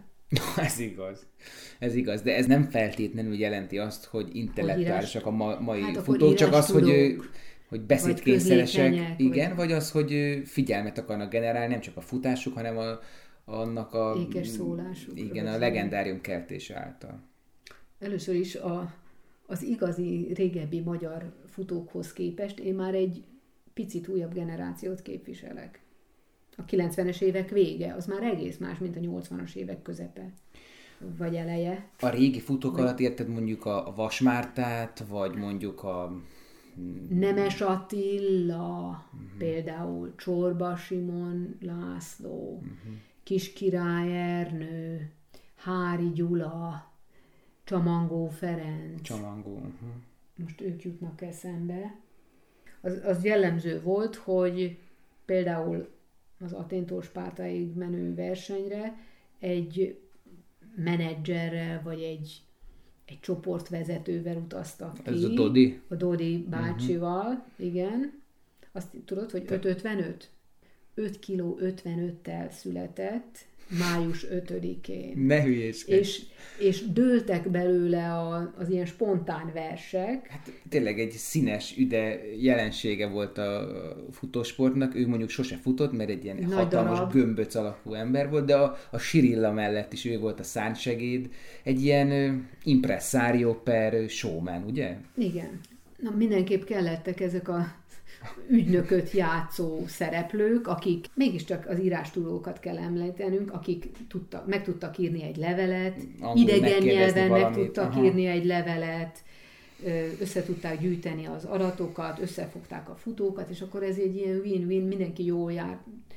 Ez igaz, de ez nem feltétlenül jelenti azt, hogy intellektuálisak a mai hát futók, csak az, hogy beszédkényszeresek, igen, vagy az, hogy figyelmet akarnak generálni, nem csak a futásuk, hanem annak a... ékes szólásuk. Igen, a legendárium keltése által. Először is az igazi régebbi magyar futókhoz képest én már egy picit újabb generációt képviselek. A 90-es évek vége, az már egész más, mint a 80-as évek közepe, vagy eleje. A régi futók alatt érted mondjuk a Vas-Mártát, vagy mondjuk a... Nemes Attila, például Csorba Simon László, Kiskirály Ernő, Hári Gyula, Csamangó Ferenc. Most ők jutnak eszembe. Az jellemző volt, hogy például az Athéntól Spártáig menő versenyre egy menedzserrel, vagy egy csoportvezetővel utaztak ki. Ez a Dodi? A Dodi bácsival, igen. Azt tudod, hogy 5,55? 5 kg 55-tel született, május 5-én. Ne hülyéskedj! És dőltek belőle az ilyen spontán versek. Hát tényleg egy színes, üde jelensége volt a futósportnak. Ő mondjuk sose futott, mert egy ilyen nagy hatalmas darab, gömböc alakú ember volt, de a Sirilla mellett is ő volt a szárnysegéd. Egy ilyen impresszárió per showman, ugye? Igen. Na, mindenképp kellettek ezek a ügynököt játszó szereplők, akik mégiscsak az írástudókat kell említenünk, akik meg tudtak írni egy levelet, idegen nyelven meg tudtak írni egy levelet, össze tudták gyűjteni az adatokat, összefogták a futókat, és akkor ez egy ilyen win-win, mindenki jól jár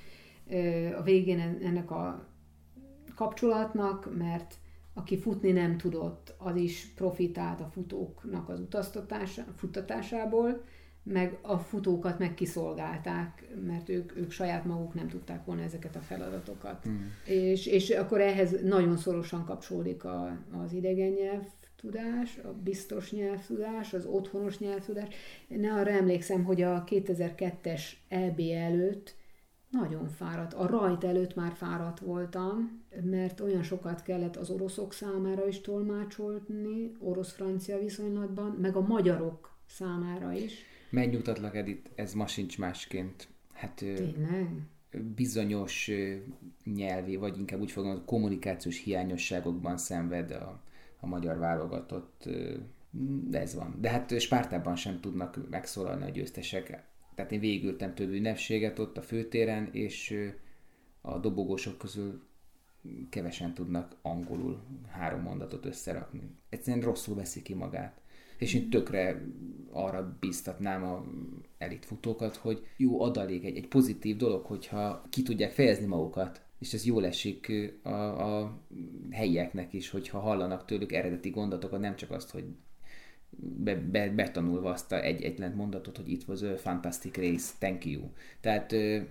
a végén ennek a kapcsolatnak, mert aki futni nem tudott, az is profitált a futóknak az futtatásából, meg a futókat meg kiszolgálták, mert ők saját maguk nem tudták volna ezeket a feladatokat. És akkor ehhez nagyon szorosan kapcsolódik az idegen nyelvtudás, a biztos nyelvtudás, az otthonos nyelvtudás. Én arra emlékszem, hogy a 2002-es EB előtt nagyon fáradt. A rajt előtt már fáradt voltam, mert olyan sokat kellett az oroszok számára is tolmácsolni, orosz-francia viszonylatban, meg a magyarok számára is. Megnyugtatlak, Edith, ez ma sincs másként. Hát tényleg? Bizonyos nyelvi, vagy inkább úgy fogom, kommunikációs hiányosságokban szenved a magyar válogatott. De ez van. De hát Spártában sem tudnak megszólalni a győztesek. Tehát én végigültem több ünnepséget ott a főtéren, és a dobogósok közül kevesen tudnak angolul 3 mondatot összerakni. Egyszerűen rosszul veszi ki magát. És én tökre arra bíztatnám a elitfutókat, hogy jó adalék, egy pozitív dolog, hogyha ki tudják fejezni magukat, és ez jól esik a helyieknek is, hogyha hallanak tőlük eredeti gondatokat, nem csak azt, hogy betanulva azt egyetlen mondatot, hogy it was a fantastic race, thank you. Tehát...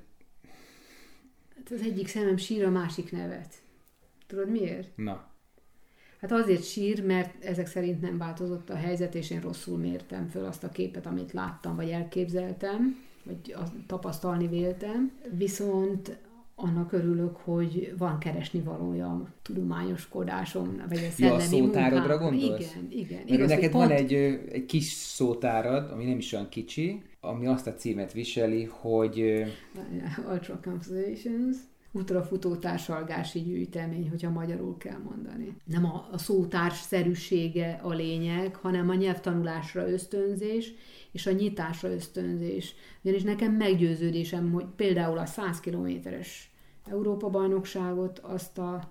Az egyik szemem sír, a másik nevet. Tudod miért? Na. Hát azért sír, mert ezek szerint nem változott a helyzet, és én rosszul mértem föl azt a képet, amit láttam, vagy elképzeltem, vagy tapasztalni véltem. Viszont annak örülök, hogy van keresni valója a tudományoskodásom, vagy a szellemi a szótárodra gondolsz? Igen. Mert igaz, neked van egy kis szótárad, ami nem is olyan kicsi, ami azt a címet viseli, hogy... Ultra Compositions, ultrafutó társalgási gyűjtemény, hogyha magyarul kell mondani. Nem a szótársszerűsége a lényeg, hanem a nyelvtanulásra ösztönzés, és a nyitásra ösztönzés. Ugyanis nekem meggyőződésem, hogy például a 100 kilométeres Európa-bajnokságot azt a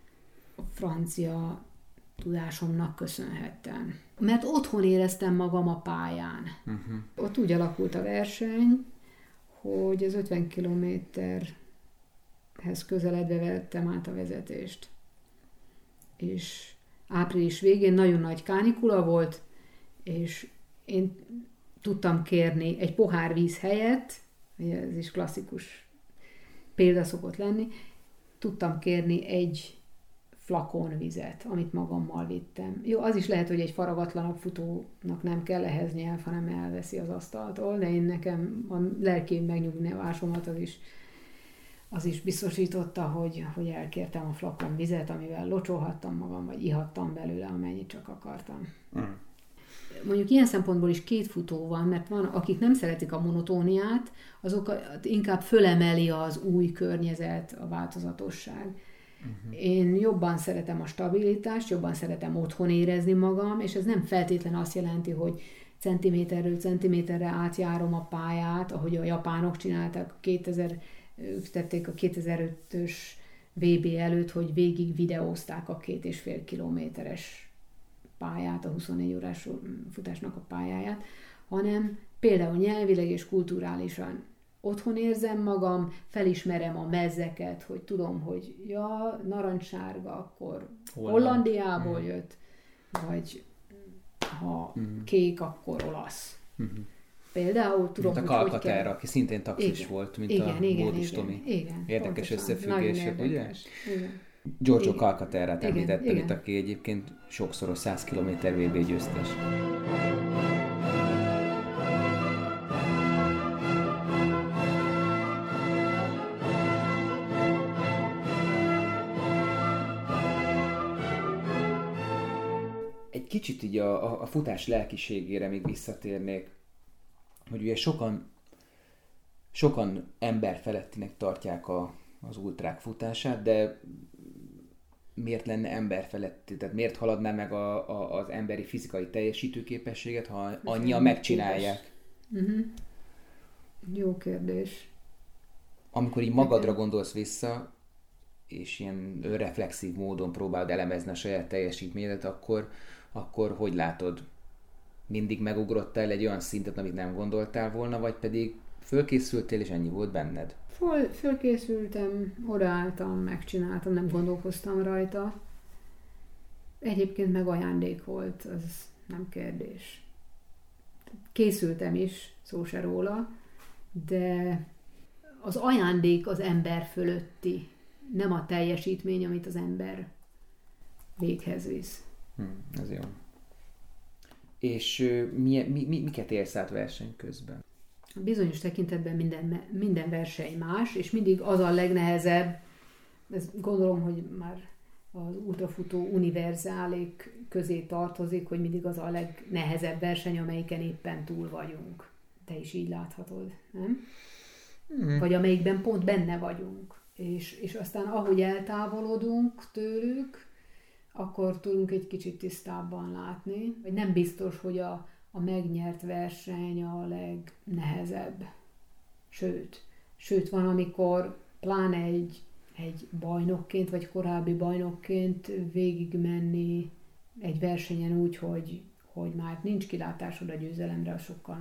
francia tudásomnak köszönhettem. Mert otthon éreztem magam a pályán. Uh-huh. Ott úgy alakult a verseny, hogy az 50 kilométerhez közeledve vettem át a vezetést. És április végén nagyon nagy kánikula volt, és én tudtam kérni egy pohár víz helyett, ez is klasszikus példa szokott lenni, tudtam kérni egy flakon vizet, amit magammal vittem. Jó, az is lehet, hogy egy faragatlanabb futónak nem kell ehhez nyelv, hanem elveszi az asztaltól, de én nekem a lelki megnyugvásomat az is biztosította, hogy elkértem a flakon vizet, amivel locsolhattam magam, vagy ihattam belőle, amennyit csak akartam. Mondjuk ilyen szempontból is 2 futó van, mert van, akik nem szeretik a monotóniát, azok inkább fölemeli az új környezet, a változatosság. Uh-huh. Én jobban szeretem a stabilitást, jobban szeretem otthon érezni magam, és ez nem feltétlenül azt jelenti, hogy centiméterről centiméterre átjárom a pályát, ahogy a japánok csinálták, tették a 2005-ös VB előtt, hogy végig videózták a 2,5 kilométeres pályát, a 24 órás futásnak a pályáját, hanem például nyelvileg és kulturálisan otthon érzem magam, felismerem a mezzeket, hogy tudom, hogy narancssárga, akkor Hollandiából jött, vagy ha kék, akkor olasz. Például tudom, mint a Calcaterra, aki szintén taxis volt, mint a Bódis Tomi. Érdekes összefüggések, ugye? Igen. Giorgio Calcaterrát említetted itt, aki egyébként sokszoros 100 km VB győztes. Egy kicsit így a futás lelkiségére még visszatérnék, hogy ugye sokan emberfelettinek tartják az ultrák futását, de miért lenne emberfeletti? Tehát miért haladná meg az emberi fizikai teljesítőképességet, ha annyian megcsinálják? Uh-huh. Jó kérdés. Amikor így magadra gondolsz vissza, és ilyen reflexív módon próbálod elemezni a saját teljesítményedet, akkor hogy látod? Mindig megugrottál egy olyan szintet, amit nem gondoltál volna, vagy pedig fölkészültél, és ennyi volt benned? Fölkészültem, odaálltam, megcsináltam, nem gondolkoztam rajta. Egyébként meg ajándék volt, az nem kérdés. Készültem is, szó se róla, de az ajándék az ember fölötti, nem a teljesítmény, amit az ember véghez visz. Ez jó. És miket érsz át verseny közben? Bizonyos tekintetben minden verseny más, és mindig az a legnehezebb, ezt gondolom, hogy már az ultrafutó univerzálék közé tartozik, hogy mindig az a legnehezebb verseny, amelyiken éppen túl vagyunk. Te is így láthatod, nem? Vagy amelyikben pont benne vagyunk. És aztán ahogy eltávolodunk tőlük, akkor tudunk egy kicsit tisztábban látni. Vagy nem biztos, hogy a megnyert verseny a legnehezebb. Sőt, van, amikor pláne egy egy bajnokként, vagy korábbi bajnokként végigmenni egy versenyen úgy, hogy már nincs kilátásod a győzelemre, az sokkal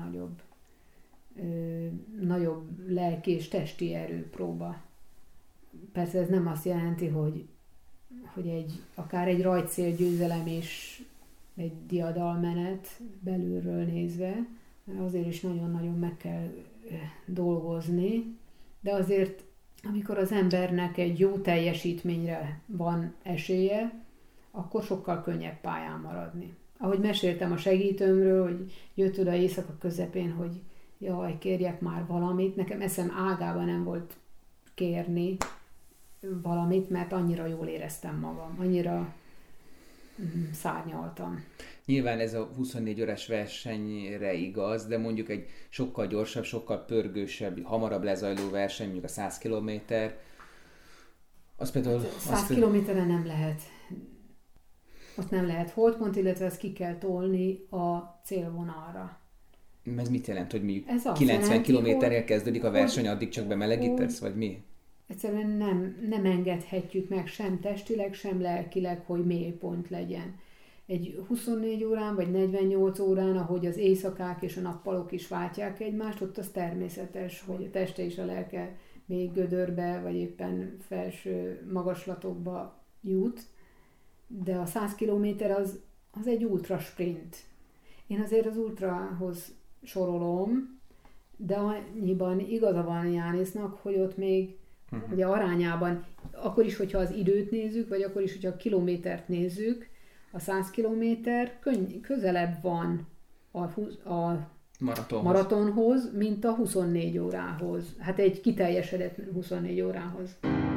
nagyobb lelki és testi erőpróba. Persze ez nem azt jelenti, hogy akár egy rajtcélgyőzelem és egy diadalmenet belülről nézve, azért is nagyon-nagyon meg kell dolgozni, de azért, amikor az embernek egy jó teljesítményre van esélye, akkor sokkal könnyebb pályán maradni. Ahogy meséltem a segítőmről, hogy jött oda éjszaka közepén, hogy jaj, kérjek már valamit, nekem eszem ágában nem volt kérni valamit, mert annyira jól éreztem magam, annyira szárnyaltam. Nyilván ez a 24 órás versenyre igaz, de mondjuk egy sokkal gyorsabb, sokkal pörgősebb, hamarabb lezajló verseny, mondjuk a 100 kilométer, az például... 100 kilométeren nem lehet. Ott nem lehet holdpont, illetve ezt ki kell tolni a célvonalra. Ez mit jelent, hogy mondjuk 90 kilométerrel kezdődik a verseny, addig csak bemelegítesz, vagy mi? Egyszerűen nem engedhetjük meg sem testileg, sem lelkileg, hogy mélypont legyen. Egy 24 órán vagy 48 órán, ahogy az éjszakák és a nappalok is váltják egymást, ott az természetes, hogy a teste és a lelke még gödörbe, vagy éppen felső magaslatokba jut. De a 100 kilométer az egy ultra sprint. Én azért az ultrahoz sorolom, de annyiban igaza van Jánisznak, hogy ott még ugye arányában, akkor is, hogyha az időt nézzük, vagy akkor is, hogyha a kilométert nézzük, a 100 kilométer közelebb van a maratonhoz, mint a 24 órához. Hát egy kiteljesedett 24 órához.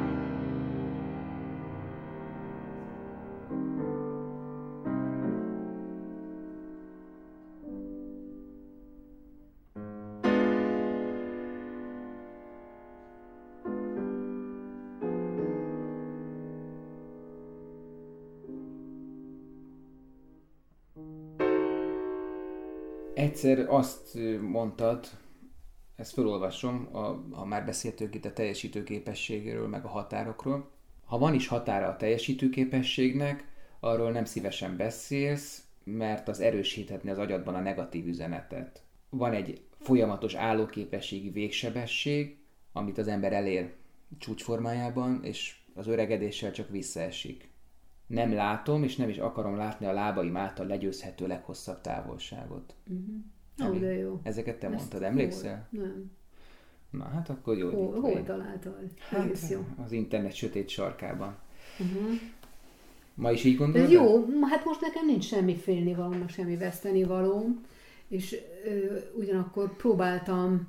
Egyszer azt mondtad, ezt felolvasom, ha már beszéltünk itt a teljesítőképességéről, meg a határokról. Ha van is határa a teljesítőképességnek, arról nem szívesen beszélsz, mert az erősíthetni az agyadban a negatív üzenetet. Van egy folyamatos állóképességi végsebesség, amit az ember elér csúcsformájában, és az öregedéssel csak visszaesik. Nem látom, és nem is akarom látni a lábaim által legyőzhető leghosszabb távolságot. Uh-huh. De jó. Ezeket te mondtad, emlékszel? Nem. Na, hát akkor jó. Hol találtad? Hát, jó. Az internet sötét sarkában. Uh-huh. Ma is így gondolod? Jó, hát most nekem nincs semmi félnivalóm, semmi vesztenivalóm, és ugyanakkor próbáltam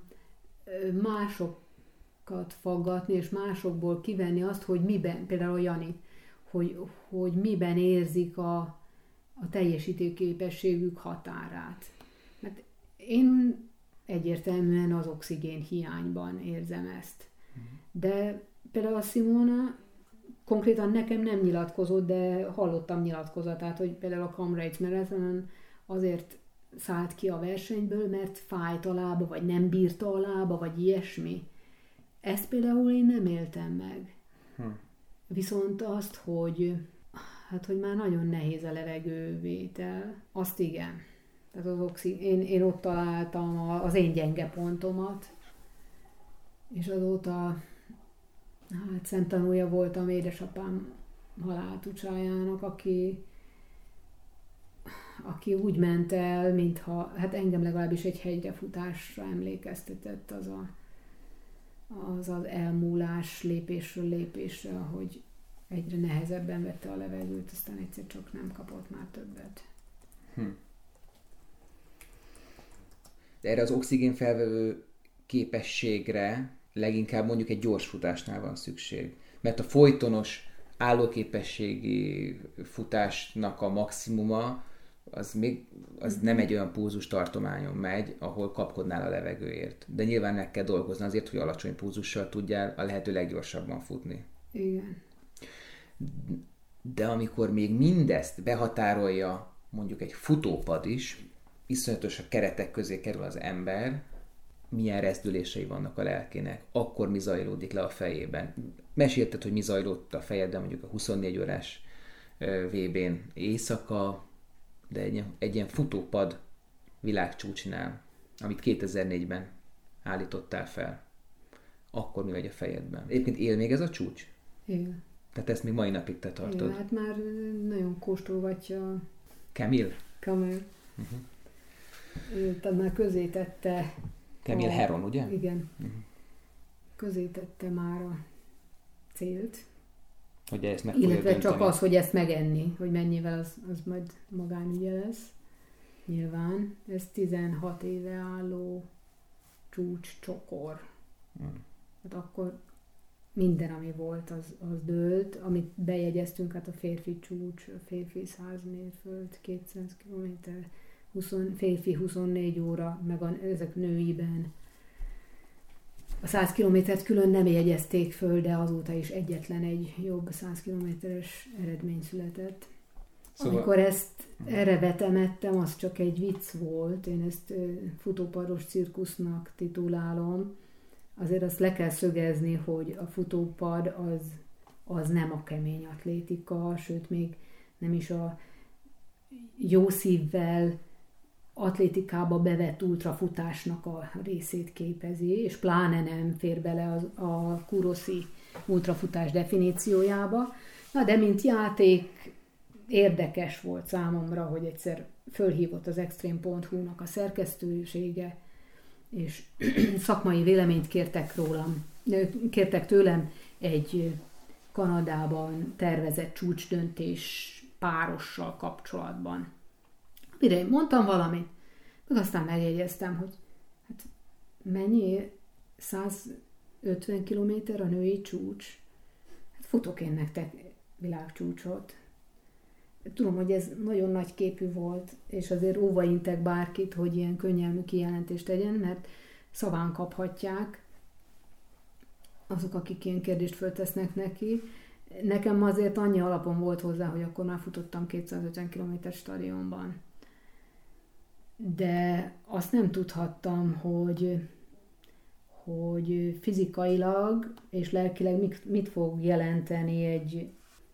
másokat faggatni, és másokból kivenni azt, hogy miben, például Jani, hogy miben érzik a teljesítőképességük határát. Mert én egyértelműen az oxigén hiányban érzem ezt. De például a Simona konkrétan nekem nem nyilatkozott, de hallottam nyilatkozatát, hogy például a Comrades Marathonon azért szállt ki a versenyből, mert fájt a lába, vagy nem bírta a lába, vagy ilyesmi. Ezt például én nem éltem meg. Viszont azt, hogy már nagyon nehéz a levegővétel, azt igen. Tehát én ott találtam az én gyenge pontomat, és azóta szemtanúja voltam édesapám haláltucsájának, aki úgy ment el, mintha, hát engem legalábbis egy hegyrefutásra emlékeztetett az elmúlás lépésről lépésre, ahogy egyre nehezebben vette a levegőt, aztán egyszer csak nem kapott már többet. De erre az oxigénfelvevő képességre leginkább mondjuk egy gyors futásnál van szükség. Mert a folytonos állóképességi futásnak a maximuma az nem egy olyan pulzus tartományon megy, ahol kapkodnál a levegőért. De nyilván meg kell dolgozni azért, hogy alacsony pulzussal tudjál a lehető leggyorsabban futni. Igen. De amikor még mindezt behatárolja mondjuk egy futópad is, iszonyatos a keretek közé kerül az ember, milyen rezdülései vannak a lelkének, akkor mi zajlódik le a fejében. Mesélted, hogy mi zajlott a fejedben mondjuk a 24 órás VB-n éjszaka, de egy ilyen futópad világcsúcsnál, amit 2004-ben állítottál fel. Akkor mi vagy a fejedben? Egyébként él még ez a csúcs? Él. Tehát ezt még mai napig te tartod? Él, hát már nagyon kóstolgatja Camille? Camille. Tehát már közé tette... Camille Herron, ugye? Igen. Közé tette már a célt. Hogy ezt meg illetve dönteni. csak az, hogy ezt megenni, hogy mennyivel, az majd magánügye lesz. Nyilván. Ez 16 éve álló csúcscsokor. Hát akkor minden, ami volt, az dőlt. Amit bejegyeztünk, hát a férfi csúcs, a férfi 100 mérföld, 200 km, férfi 24 óra, meg ezek nőiben. A 100 kilométert külön nem jegyezték föl, de azóta is egyetlen egy jobb 100 kilométeres eredmény született. Szóval... Amikor ezt erre vetemettem, az csak egy vicc volt. Én ezt futópados cirkusznak titulálom. Azért azt le kell szögezni, hogy a futópad az nem a kemény atlétika, sőt még nem is a jó szívvel atlétikába bevett ultrafutásnak a részét képezi, és pláne nem fér bele a Kuroszi ultrafutás definíciójába. Na, de mint játék érdekes volt számomra, hogy egyszer fölhívott az Extreme.hu-nak a szerkesztősége, és szakmai véleményt kértek tőlem egy Kanadában tervezett csúcsdöntés párossal kapcsolatban. Mire én mondtam valamit, meg aztán megjegyeztem, hogy hát mennyi 150 kilométer a női csúcs? Hát futok én nektek világcsúcsot. Tudom, hogy ez nagyon nagy képű volt, és azért óvaintek bárkit, hogy ilyen könnyelmű kijelentést tegyen, mert szaván kaphatják azok, akik ilyen kérdést föltesznek neki. Nekem azért annyi alapon volt hozzá, hogy akkor már futottam 250 km stadionban. De azt nem tudhattam, hogy fizikailag és lelkileg mit fog jelenteni egy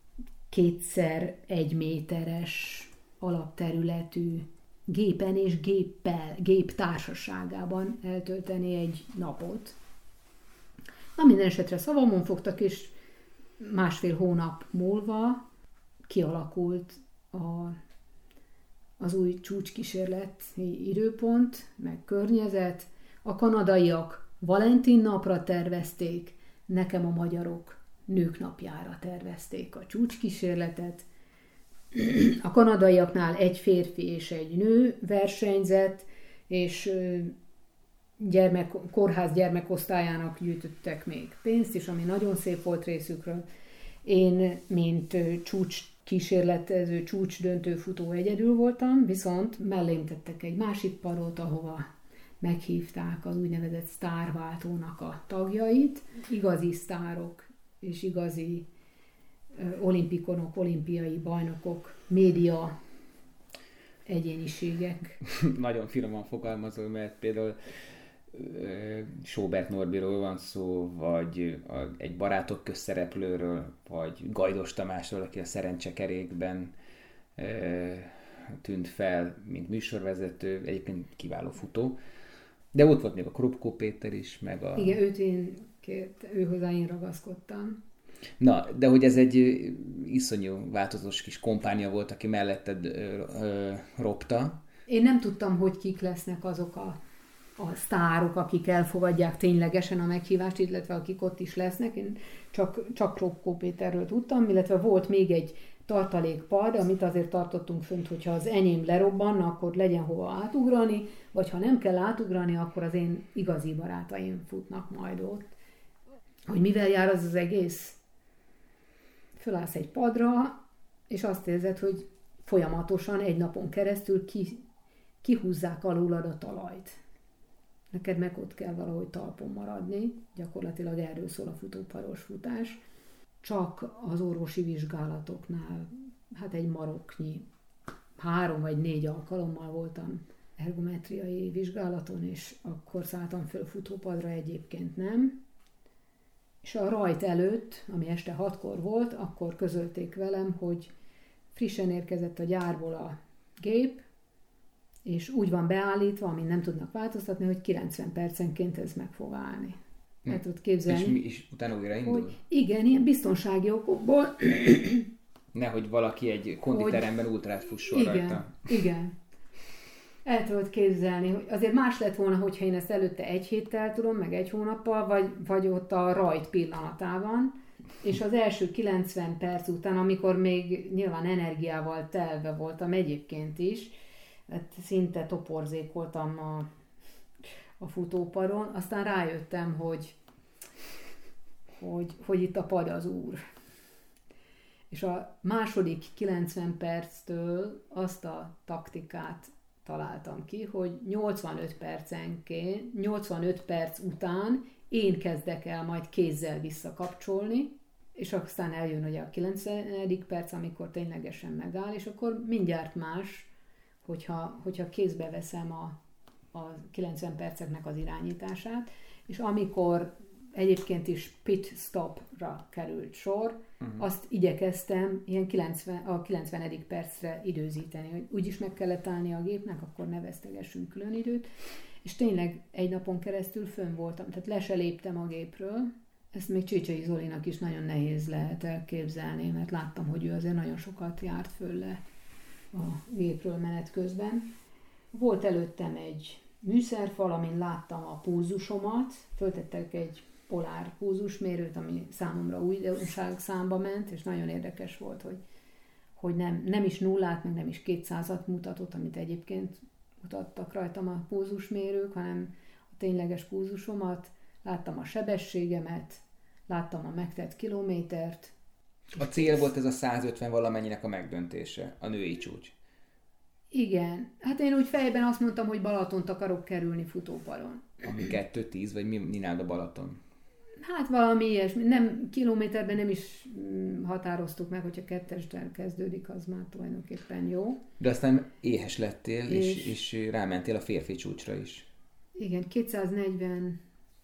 2x1 méteres alapterületű gépen és gép társaságában eltölteni egy napot. Na, minden esetre szavamon fogtak, és 1,5 hónap múlva kialakult az új csúcskísérleti időpont, meg környezet. A kanadaiak Valentin napra tervezték, nekem a magyarok Nők napjára tervezték a csúcskísérletet. A kanadaiaknál egy férfi és egy nő versenyzett, és kórház gyermekosztályának gyűjtöttek még pénzt is, ami nagyon szép volt részükről. Én, mint csúcskísérletező, csúcsdöntő futó egyedül voltam, viszont mellém tettek egy másik padot, ahova meghívták az úgynevezett sztárváltónak a tagjait, igazi sztárok és igazi olimpikonok, olimpiai bajnokok, média egyéniségek. Nagyon finoman fogalmazol, mert például Sóbert Norbiról van szó, vagy egy barátok közszereplőről, vagy Gajdos Tamásról, aki a Szerencsekerékben tűnt fel, mint műsorvezető, egyébként kiváló futó. De ott volt még a Krupko Péter is, meg a... Igen, őhozzá én ragaszkodtam. Na, de hogy ez egy iszonyú változatos kis kompánia volt, aki melletted ropta. Én nem tudtam, hogy kik lesznek azok a sztárok, akik elfogadják ténylegesen a meghívást, illetve akik ott is lesznek. Én csak Krupko Péterről tudtam, illetve volt még egy tartalékpad, amit azért tartottunk fönt, hogyha az enyém lerobbanna, akkor legyen hova átugrani, vagy ha nem kell átugrani, akkor az én igazi barátaim futnak majd ott. Hogy mivel jár az egész? Fölállsz egy padra, és azt érzed, hogy folyamatosan egy napon keresztül kihúzzák alulad a talajt. Neked meg ott kell valahogy talpon maradni, gyakorlatilag erről szól a futóparos futás. Csak az orvosi vizsgálatoknál, hát egy maroknyi, 3 vagy 4 alkalommal voltam ergometriai vizsgálaton, és akkor szálltam föl futópadra, egyébként nem. És a rajt előtt, ami este 6-kor volt, akkor közölték velem, hogy frissen érkezett a gyárból a gép, és úgy van beállítva, amit nem tudnak változtatni, hogy 90 percenként ez meg fog állni. El tudod képzelni. És utána újra indul? Hogy igen, ilyen biztonsági okokból. Nehogy valaki egy konditeremben ultrát fusson rajta. Igen. El tudod képzelni, hogy azért más lett volna, hogyha én ezt előtte 1 héttel tudom, meg 1 hónappal, vagy ott a rajt pillanatában, és az első 90 perc után, amikor még nyilván energiával telve voltam egyébként is, hát szinte toporzékoltam a futópadon, aztán rájöttem, hogy itt a pad az úr. És a második 90 perctől azt a taktikát találtam ki, hogy 85 perc után én kezdek el majd kézzel visszakapcsolni, és aztán eljön ugye a 90. perc, amikor ténylegesen megáll, és akkor mindjárt más, hogyha kézbe veszem a 90 perceknek az irányítását, és amikor egyébként is pit stopra került sor, azt igyekeztem ilyen a 90. percre időzíteni, hogy úgyis meg kellett állni a gépnek, akkor ne vesztegessünk külön időt, és tényleg egy napon keresztül fönn voltam, tehát le se léptem a gépről. Ezt még Csécsei Zolinak is nagyon nehéz lehet elképzelni, mert láttam, hogy ő azért nagyon sokat járt föl le a gépről menet közben. Volt előttem egy műszerfal, amin láttam a pulzusomat, föltettek egy polár pulzusmérőt, ami számomra újdonság számba ment, és nagyon érdekes volt, hogy nem is 0-át, meg nem is 200-at mutatott, amit egyébként mutattak rajtam a pulzusmérők, hanem a tényleges pulzusomat, láttam a sebességemet, láttam a megtett kilométert. A cél volt ez a 150 valamennyinek a megdöntése, a női csúcs. Igen. Hát én úgy fejben azt mondtam, hogy Balatont akarok kerülni futópadon. Ami 2-10, vagy mi nálad a Balaton? Hát valami ilyesmi. Nem, kilométerben nem is határoztuk meg, hogyha 2-esdel kezdődik, az már tulajdonképpen jó. De aztán éhes lettél, és rámentél a férfi csúcsra is. Igen, 243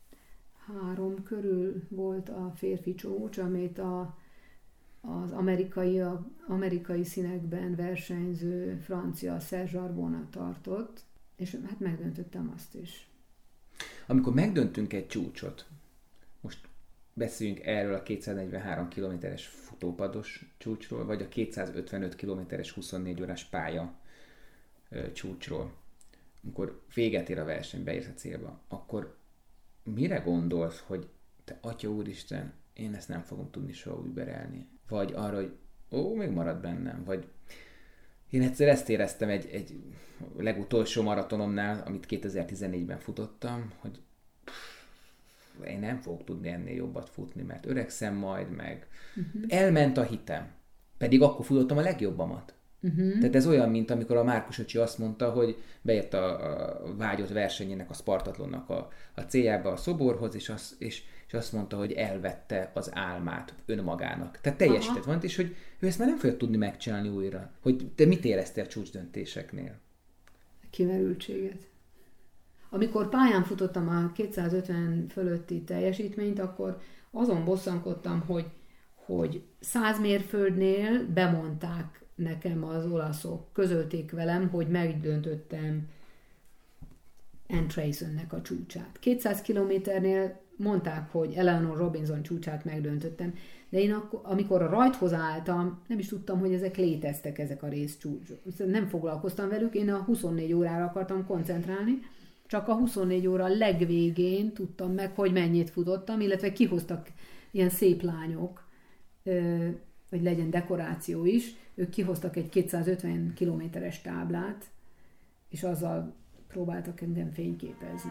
körül volt a férfi csúcs, amit az amerikai színekben versenyző francia Serge Arbona tartott, és hát megdöntöttem azt is. Amikor megdöntünk egy csúcsot, most beszéljünk erről a 243 kilométeres futópados csúcsról, vagy a 255 kilométeres 24 órás pálya csúcsról. Amikor véget ér a verseny, beérsz a célba, akkor mire gondolsz, hogy te atya úristen, én ezt nem fogom tudni soha überelni? Vagy arra, hogy még marad bennem, vagy én egyszer ezt éreztem egy legutolsó maratonomnál, amit 2014-ben futottam, hogy én nem fogok tudni ennél jobbat futni, mert öregszem majd, meg elment a hitem. Pedig akkor futottam a legjobbamat. Tehát ez olyan, mint amikor a Márkus öcsi azt mondta, hogy bejött a vágyott versenyének, a Spartatlonnak a céljába, a szoborhoz, és azt mondta, hogy elvette az álmát önmagának. Tehát teljesített van, és hogy ő ezt már nem fogja tudni megcsinálni újra. Hogy te mit éreztél a csúcsdöntéseknél? Kimerültséget. Amikor pályán futottam a 250 fölötti teljesítményt, akkor azon bosszankodtam, hogy 100 mérföldnél bemondták nekem az olaszok, közölték velem, hogy megdöntöttem Ann Traysonnek a csúcsát. 200 kilométernél mondták, hogy Eleanor Robinson csúcsát megdöntöttem, de én amikor a rajthoz álltam, nem is tudtam, hogy ezek léteztek, ezek a részcsúcsok. Nem foglalkoztam velük, én a 24 órára akartam koncentrálni, csak a 24 óra legvégén tudtam meg, hogy mennyit futottam, illetve kihoztak ilyen szép lányok, hogy legyen dekoráció is, ők kihoztak egy 250 kilométeres táblát, és azzal próbáltak engem fényképezni.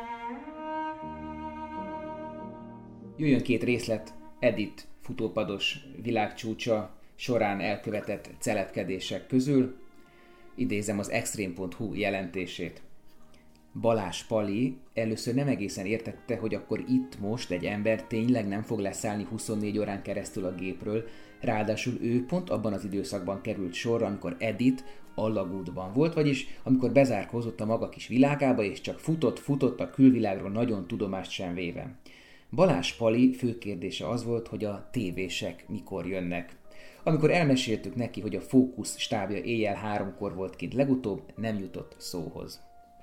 Jöjjön 2 részlet Edith futópados világcsúcsa során elkövetett celepkedések közül. Idézem az extreme.hu jelentését. Balázs Pali először nem egészen értette, hogy akkor itt most egy ember tényleg nem fog leszállni 24 órán keresztül a gépről, ráadásul ő pont abban az időszakban került sorra, amikor Edith alagútban volt, vagyis amikor bezárkózott a maga kis világába, és csak futott a külvilágról nagyon tudomást sem véve. Balázs Pali fő kérdése az volt, hogy a tévések mikor jönnek. Amikor elmeséltük neki, hogy a Fókusz stábja éjjel 3-kor volt kint legutóbb, nem jutott szóhoz.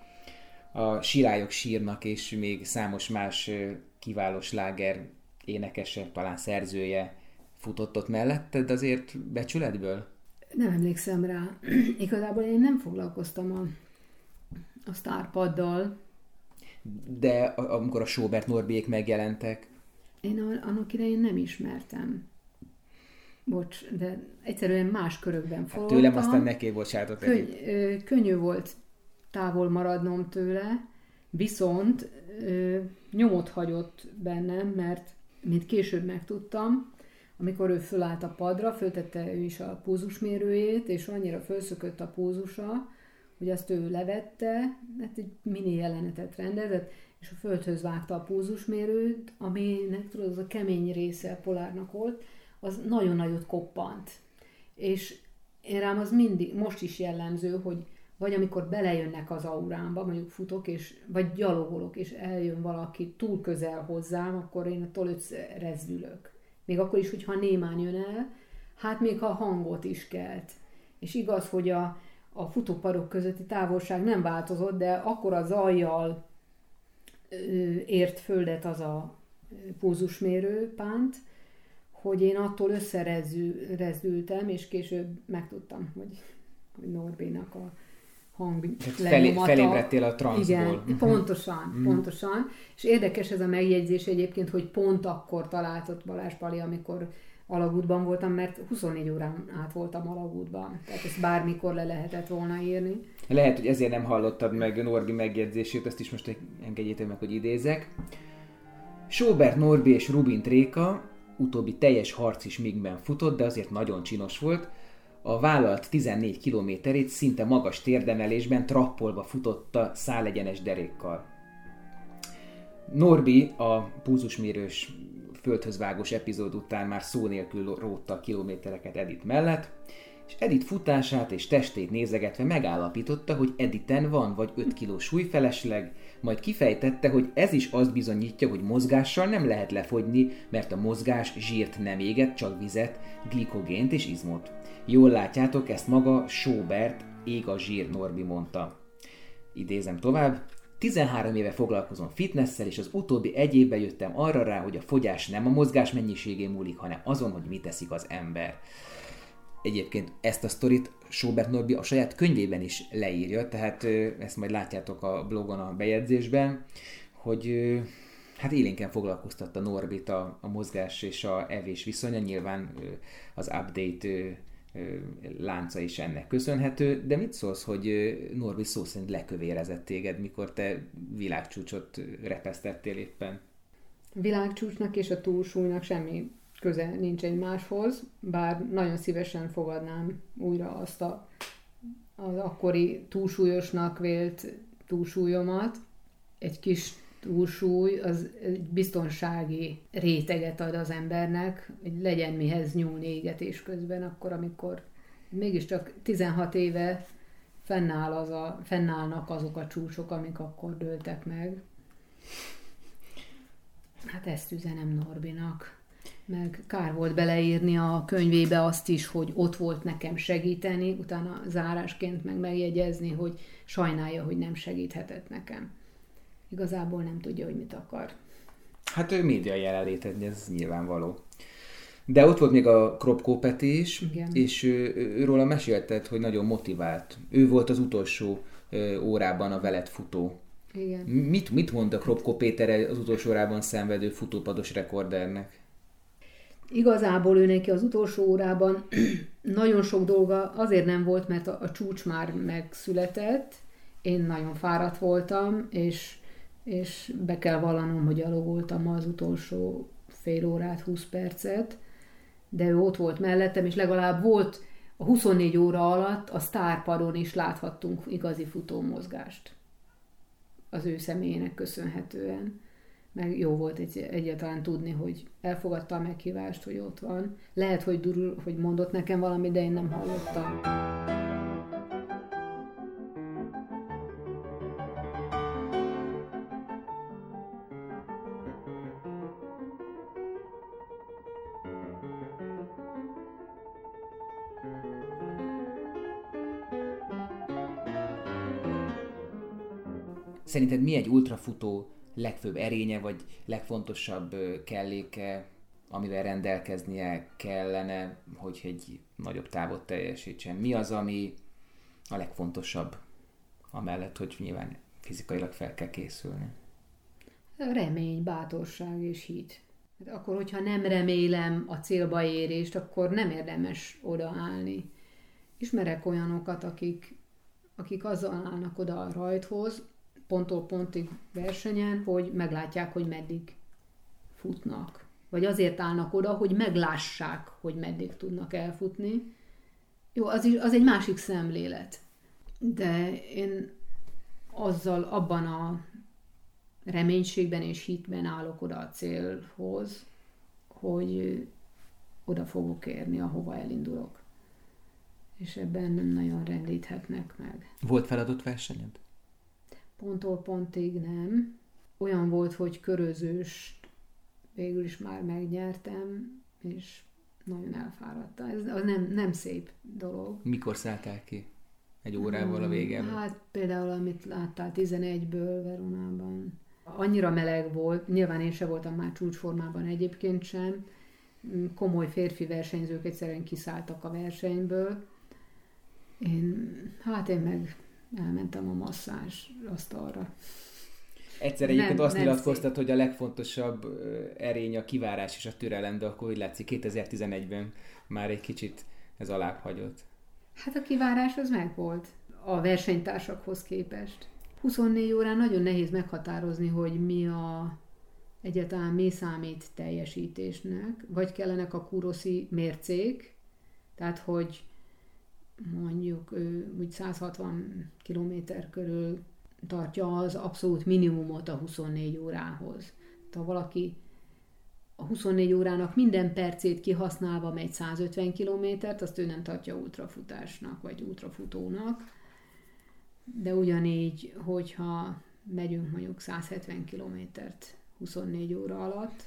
A Sirályok sírnak és még számos más kiváló sláger énekese, talán szerzője futott ott melletted azért becsületből? Nem emlékszem rá. Igazából én nem foglalkoztam a sztárpaddal. De amikor a Sóbert Norbiék megjelentek? Én annak idején nem ismertem. Bocs, de egyszerűen más körökben forogtam. Tőlem aztán neki bocsátott. Könnyű volt távol maradnom tőle, viszont nyomot hagyott bennem, mert mint később megtudtam, amikor ő fölállt a padra, föltette ő is a pulzusmérőjét, és annyira fölszökött a pulzusa, hogy azt ő levette, hát egy mini jelenetet rendezett, és a földhöz vágta a pulzusmérőt, aminek tudod, az a kemény része polárnak volt, az nagyon nagyot koppant. És én rám az mindig, most is jellemző, hogy vagy amikor belejönnek az aurámba, mondjuk futok, vagy gyalogolok, és eljön valaki túl közel hozzám, akkor én attól rezdülök. Még akkor is, hogyha némán jön el, hát még ha hangot is kelt. És igaz, hogy a futópadok közötti távolság nem változott, de akkor a zajjal ért földet az a pulzusmérő pánt, hogy én attól összerezdültem, és később megtudtam, hogy Norbinak a hang lenyomata. Felébredtél a transzból. Igen, pontosan. És érdekes ez a megjegyzés egyébként, hogy pont akkor találtott Balázs Pali, amikor alagútban voltam, mert 24 órán át voltam alagútban. Tehát ezt bármikor le lehetett volna írni. Lehet, hogy ezért nem hallottad meg Norbi megjegyzését, ezt is most engedjétek meg, hogy idézek. Sóbert Norbi és Rubin Tréka, utóbbi teljes harci smigben futott, de azért nagyon csinos volt. A vállalt 14 kilométerét szinte magas térdemelésben trappolva futotta szálegyenes derékkal. Norbi a pulzusmérős földhözvágós epizód után már szó nélkül rótta a kilométereket Edith mellett, és Edith futását és testét nézegetve megállapította, hogy Edithen van vagy 5 kiló súlyfelesleg, majd kifejtette, hogy ez is azt bizonyítja, hogy mozgással nem lehet lefogyni, mert a mozgás zsírt nem éget, csak vizet, glikogént és izmot. Jól látjátok, ezt maga Sóbert, ég a zsír Norbi mondta. Idézem tovább. 13 éve foglalkozom fitnesszel, és az utóbbi 1 évben jöttem arra rá, hogy a fogyás nem a mozgás mennyiségén múlik, hanem azon, hogy mit teszik az ember. Egyébként ezt a sztorit Sóbert Norbi a saját könyvében is leírja, tehát ezt majd látjátok a blogon a bejegyzésben, hogy hát élénken foglalkoztatta Norbit a mozgás és a evés viszonya, nyilván az update lánca is ennek köszönhető, de mit szólsz, hogy Norbi szó szerint lekövérezett téged, mikor te világcsúcsot repesztettél éppen? Világcsúcsnak és a túlsúlynak semmi köze nincs egymáshoz, bár nagyon szívesen fogadnám újra azt az akkori túlsúlyosnak vélt túlsúlyomat. Egy kis túlsúly az egy biztonsági réteget ad az embernek, hogy legyen mihez nyúlni égetés közben, akkor, amikor mégiscsak 16 éve fennállnak azok a csúcsok, amik akkor dőltek meg. Hát ezt üzenem Norbinak. Meg kár volt beleírni a könyvébe azt is, hogy ott volt nekem segíteni, utána zárásként meg megjegyezni, hogy sajnálja, hogy nem segíthetett nekem. Igazából nem tudja, hogy mit akar. Hát ő média jelenléted, ez nyilvánvaló. De ott volt még a Kropko Peti is, igen. És őróla mesélted, hogy nagyon motivált. Ő volt az utolsó órában a veled futó. Igen. Mit mond a Kropko Péter az utolsó órában szenvedő futópados rekordernek? Igazából ő neki az utolsó órában nagyon sok dolga azért nem volt, mert a csúcs már megszületett, én nagyon fáradt voltam, és be kell vallanom, hogy gyalogoltam az utolsó fél órát, 20 percet, de ő ott volt mellettem, és legalább volt a 24 óra alatt a sztárpadon is láthattunk igazi futómozgást az ő személyének köszönhetően. Meg jó volt egyáltalán tudni, hogy elfogadta a meghívást, hogy ott van. Lehet, hogy durul, hogy mondott nekem valamit, de én nem hallottam. Szerinted mi egy ultrafutó legfőbb erénye, vagy legfontosabb kelléke, amivel rendelkeznie kellene, hogy egy nagyobb távot teljesítsen? Mi az, ami a legfontosabb, amellett, hogy nyilván fizikailag fel kell készülni? Remény, bátorság és hit. Akkor, hogyha nem remélem a célba érést, akkor nem érdemes odaállni. Ismerek olyanokat, akik azzal állnak oda a rajthoz, ponttól pontig versenyen, hogy meglátják, hogy meddig futnak. Vagy azért állnak oda, hogy meglássák, hogy meddig tudnak elfutni. Jó, az egy másik szemlélet. De én azzal abban a reménységben és hitben állok oda a célhoz, hogy oda fogok érni, ahova elindulok. És ebben nem nagyon rendíthetnek meg. Volt feladott versenyed? Ponttól pontig nem. Olyan volt, hogy körözőst végül is már megnyertem, és nagyon elfáradtam. Ez nem szép dolog. Mikor szálltál ki? Egy órával a vége? Hát például, amit láttál 11-ből Veronában. Annyira meleg volt, nyilván én sem voltam már csúcsformában egyébként sem. Komoly férfi versenyzők egyszerűen kiszálltak a versenyből. Én meg elmentem a masszázs asztalra. Egyszer egyébként azt nyilatkoztat, hogy a legfontosabb erény a kivárás és a türelem, de akkor úgy látszik 2011-ben már egy kicsit ez alább hagyott. Hát a kivárás az megvolt a versenytársakhoz képest. 24 órán nagyon nehéz meghatározni, hogy egyáltalán mi számít teljesítésnek, vagy kellenek a kuroszi mércék, tehát hogy mondjuk úgy 160 km körül tartja az abszolút minimumot a 24 órához. Tehát ha valaki a 24 órának minden percét kihasználva megy 150 kilométert, azt ő nem tartja ultrafutásnak, vagy ultrafutónak. De ugyanígy, hogyha megyünk mondjuk 170 kilométert 24 óra alatt,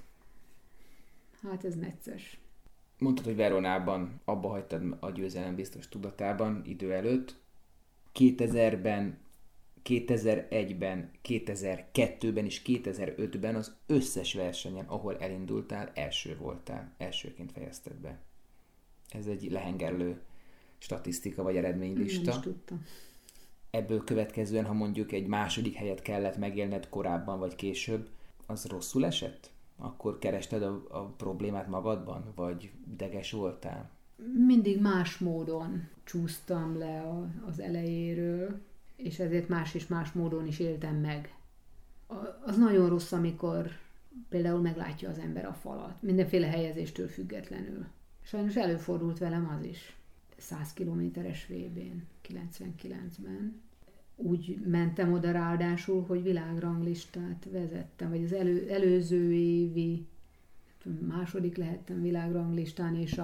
hát ez necces. Mondtad, hogy Veronában abba hagytad a győzelem biztos tudatában idő előtt. 2000-ben, 2001-ben, 2002-ben és 2005-ben az összes versenyen, ahol elindultál, első voltál, elsőként fejezted be. Ez egy lehengerlő statisztika vagy eredménylista. Nem is tudtam. Ebből következően, ha mondjuk egy második helyet kellett megélned korábban vagy később, az rosszul esett? Akkor kerested a problémát magadban, vagy ideges voltál? Mindig más módon csúsztam le az elejéről, és ezért más és más módon is éltem meg. Az nagyon rossz, amikor például meglátja az ember a falat, mindenféle helyezéstől függetlenül. Sajnos előfordult velem az is. 100 kilométeres VB-n, 99-ben. Úgy mentem oda ráadásul, hogy világranglistát vezettem, vagy az előző évi második lehettem világranglistán, és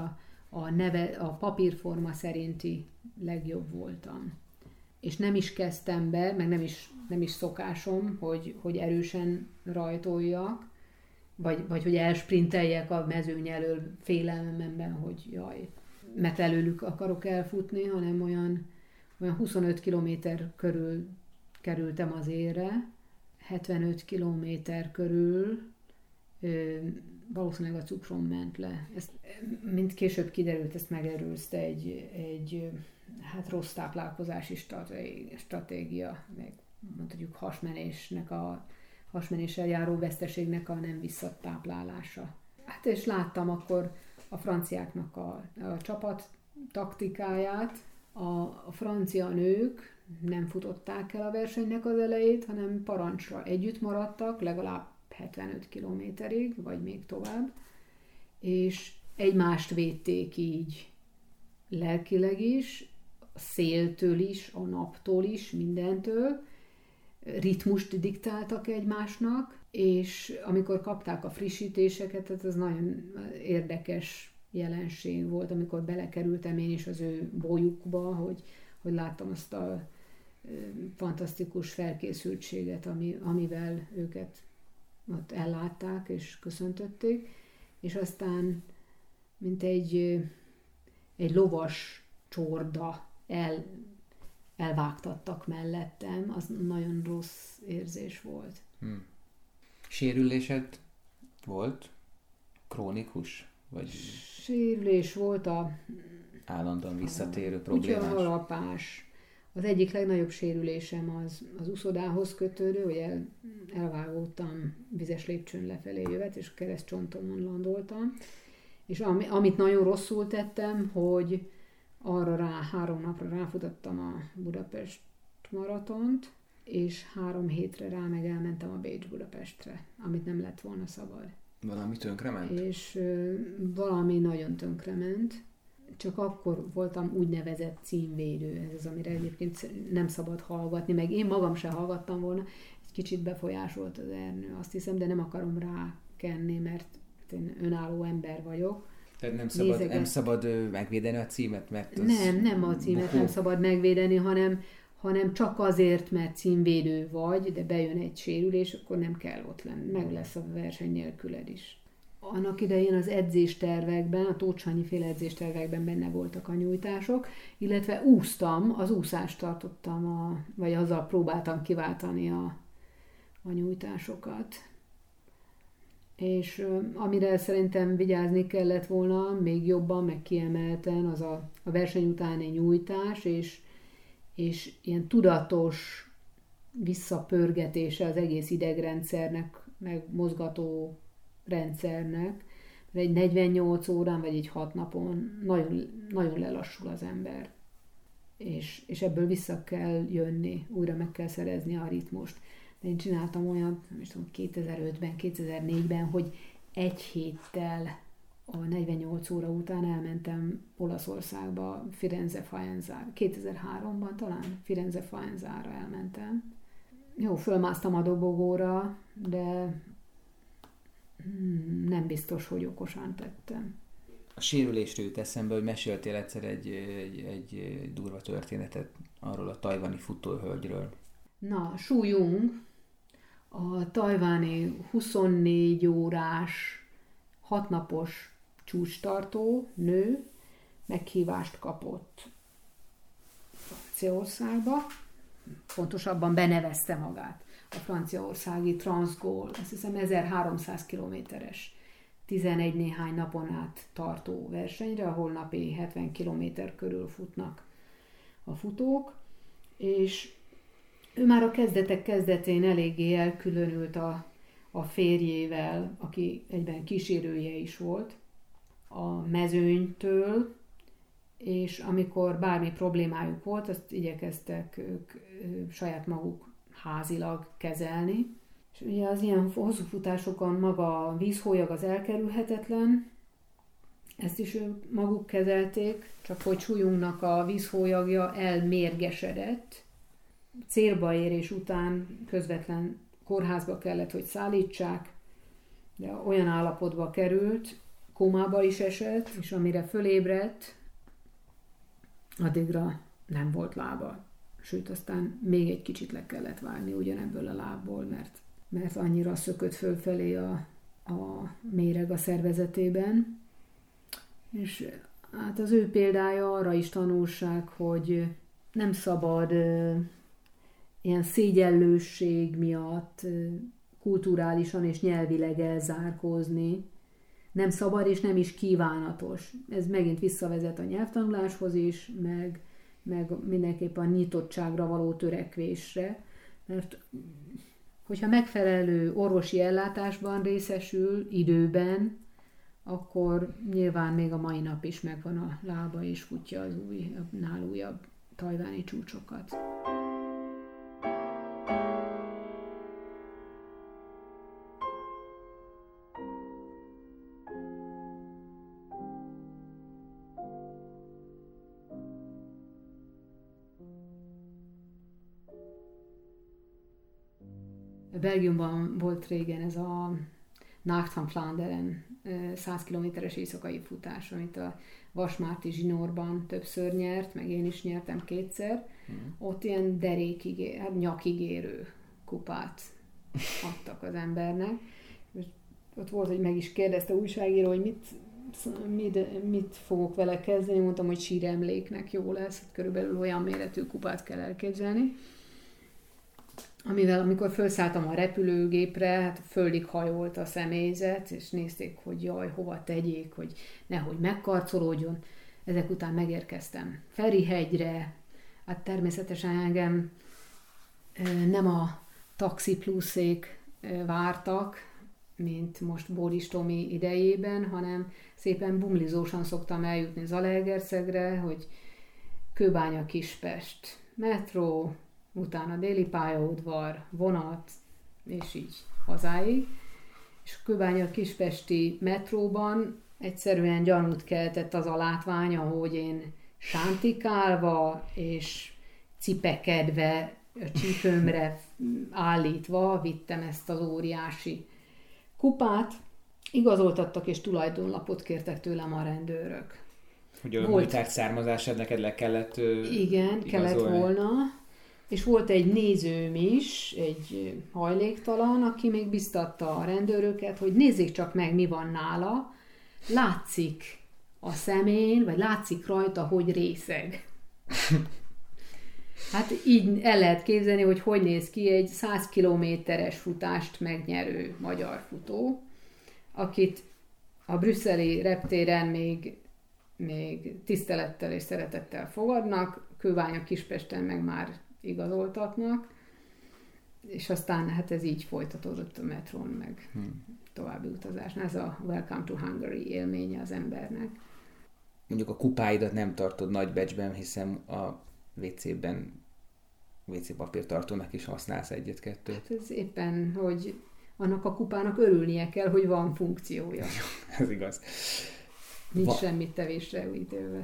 a papírforma szerinti legjobb voltam. És nem is kezdtem be, meg nem is szokásom, hogy erősen rajtoljak, vagy hogy elsprinteljek a mezőny elől félelmemben, hogy jaj, mert előlük akarok elfutni, hanem olyan 25 kilométer körül kerültem az érre, 75 kilométer körül valószínűleg a cukrom ment le. Ezt, mint később kiderült, ezt megerőzte egy rossz táplálkozási stratégia, meg mondhatjuk hasmenéssel járó veszteségnek a nem visszatáplálása. Hát és láttam akkor a franciáknak a csapat taktikáját. A francia nők nem futották el a versenynek az elejét, hanem parancsra együtt maradtak, legalább 75 kilométerig, vagy még tovább, és egymást védték így lelkileg is, a széltől is, a naptól is, mindentől, ritmust diktáltak egymásnak, és amikor kapták a frissítéseket, ez nagyon érdekes jelenség volt, amikor belekerültem én is az ő bolyukba, hogy láttam azt a fantasztikus felkészültséget, amivel őket ott ellátták és köszöntötték, és aztán mint egy lovas csorda elvágtattak mellettem, az nagyon rossz érzés volt. Sérülésed volt? Krónikus? Vagy Sérülés volt állandóan visszatérő problémás? Kutyaharapás. Az egyik legnagyobb sérülésem az uszodához kötődő, hogy elvágódtam vizes lépcsőn lefelé jövet, és keresztcsontomon landoltam. És amit nagyon rosszul tettem, hogy arra 3 napra ráfutottam a Budapest maratont, és 3 hétre rá meg elmentem a Bécs-Budapestre, amit nem lett volna szabad. Valami tönkrement? És valami nagyon tönkrement. Csak akkor voltam úgynevezett címvédő, ez az, amire egyébként nem szabad hallgatni, meg én magam sem hallgattam volna, egy kicsit befolyásolt az Ernő, azt hiszem, de nem akarom rákenni, mert én önálló ember vagyok. Tehát nem szabad megvédeni a címet, mert az nem a címet nem szabad megvédeni, hanem csak azért, mert címvédő vagy, de bejön egy sérülés, akkor nem kell ott lenni, meg lesz a verseny nélküled is. Annak idején az edzéstervekben, a Tóth Sanyi féle edzéstervekben benne voltak a nyújtások, illetve úsztam, az úszást tartottam, vagy azzal próbáltam kiváltani a nyújtásokat. És amire szerintem vigyázni kellett volna, még jobban, meg kiemelten, az a verseny utáni nyújtás, és ilyen tudatos visszapörgetése az egész idegrendszernek, meg mozgató rendszernek, mert egy 48 órán, vagy egy 6 napon nagyon, nagyon lelassul az ember. És ebből vissza kell jönni, újra meg kell szerezni a ritmust. De én csináltam olyan, nem is tudom, 2005-ben, 2004-ben, hogy egy héttel a 48 óra után elmentem Olaszországba, Firenze-Faenzára. 2003-ban talán Firenze-Faenzára elmentem. Jó, fölmásztam a dobogóra, de nem biztos, hogy okosan tettem. A sérülésről jut eszembe, hogy meséltél egyszer egy durva történetet arról a tajvani futóhölgyről. Na, Su Jung, a tajvani 24 órás, 6 napos csúcstartó nő meghívást kapott Franciaországba, pontosabban benevezte magát a franciaországi Transgol, azt hiszem 1300 kilométeres, 11 néhány napon át tartó versenyre, ahol napi 70 kilométer körül futnak a futók, és ő már a kezdetek kezdetén eléggé elkülönült a férjével, aki egyben kísérője is volt, a mezőnytől, és amikor bármi problémájuk volt, azt igyekeztek ők saját maguk házilag kezelni. És ugye az ilyen hosszú futásokon maga a vízhólyag az elkerülhetetlen, ezt is ők maguk kezelték, csak hogy Su Jungnak a vízhólyagja elmérgesedett. Célba érés után közvetlen kórházba kellett, hogy szállítsák, de olyan állapotba került, kómába is esett, és amire fölébredt, addigra nem volt lába. Sőt, aztán még egy kicsit le kellett vágni ugyanebből a lábból, mert annyira szökött fölfelé a méreg a szervezetében. És hát az ő példája arra is tanulság, hogy nem szabad ilyen szégyellősség miatt kulturálisan és nyelvileg elzárkózni. Nem szabad és nem is kívánatos. Ez megint visszavezet a nyelvtanuláshoz is, meg mindenképp a nyitottságra való törekvésre, mert hogyha megfelelő orvosi ellátásban részesül időben, akkor nyilván még a mai nap is megvan a lába és futja az újabb tajváni csúcsokat. Belgiumban volt régen ez a Nacht van Vlaanderen 100 kilométeres éjszakai futás, amit a Vasmárti zsinórban többször nyert, meg én is nyertem 2-szer. Ott ilyen nyakigérő kupát adtak az embernek. És ott volt, hogy meg is kérdezte a újságíró, hogy mit fogok vele kezdeni? Mondtam, hogy síremléknek jó lesz, körülbelül olyan méretű kupát kell elképzelni. Amivel, amikor felszálltam a repülőgépre, hát földig hajolt a személyzet, és nézték, hogy jaj, hova tegyék, hogy nehogy megkarcolódjon. Ezek után megérkeztem Ferihegyre, hát természetesen engem nem a Taxi Pluszék vártak, mint most Bódis Tomi idejében, hanem szépen bumlizósan szoktam eljutni Zalaegerszegre, hogy Kőbánya Kispest, metró, utána déli pályaudvar, vonat, és így hazáig. És a Kőbánya Kispesti metróban egyszerűen gyanút keltett az a látvány, ahogy én sántikálva és cipekedve, a csípőmre állítva vittem ezt az óriási kupát. Igazoltattak és tulajdonlapot kértek tőlem a rendőrök. Hogy a múltárt származását neked le kellett igen, kellett volna. És volt egy nézőm is, egy hajléktalan, aki még biztatta a rendőröket, hogy nézzék csak meg, mi van nála. Látszik a szemén, vagy látszik rajta, hogy részeg. Hát így el lehet képzelni, hogy néz ki egy 100 kilométeres futást megnyerő magyar futó, akit a brüsszeli reptéren még tisztelettel és szeretettel fogadnak, Kőbánya Kispesten meg már igazoltatnak, és aztán hát ez így folytatódott a metrón, meg további utazásnál. Ez a Welcome to Hungary élménye az embernek. Mondjuk a kupáidat nem tartod nagy becsben, hiszen a WC papírtartónak is használsz egyet-kettőt. Hát ez éppen, hogy annak a kupának örülnie kell, hogy van funkciója. Ez igaz. Nincs semmit tevésre ítélve.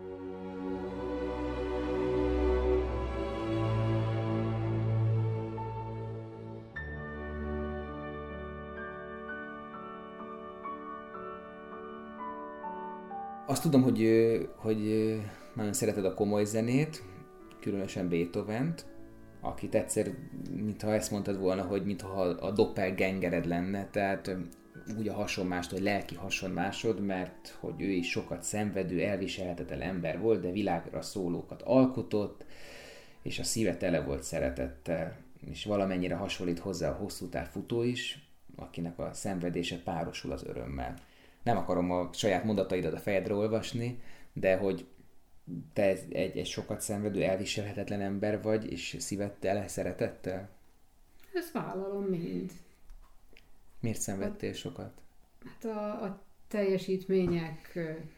Azt tudom, hogy nagyon szereted a komoly zenét, különösen Beethovent, akit egyszer, mintha ezt mondtad volna, hogy mintha a doppelgangered lenne, tehát úgy a hasonmást, hogy lelki hasonmásod, mert hogy ő is sokat szenvedő, elviselhetetlen ember volt, de világra szólókat alkotott, és a szíve tele volt szeretettel, és valamennyire hasonlít hozzá a hosszú táv futó is, akinek a szenvedése párosul az örömmel. Nem akarom a saját mondataidat a fejedre olvasni, de hogy te egy sokat szenvedő, elviselhetetlen ember vagy, és szíved tele szeretettel? Ezt vállalom mind. Miért szenvedtél sokat? Hát a teljesítmények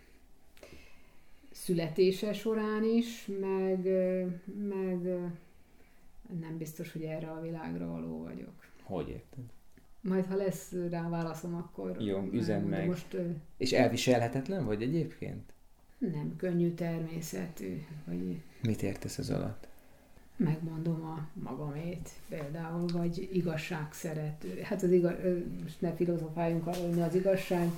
születése során is, meg nem biztos, hogy erre a világra való vagyok. Hogy érted? Majd, ha lesz rá válaszom, akkor... Jó, üzend meg. Most, és elviselhetetlen vagy egyébként? Nem könnyű természetű. Vagy... Mit értesz az alatt? Megmondom a magamét például, vagy igazságszerető. Hát most ne filozofáljunk arról, hogy mi az igazság.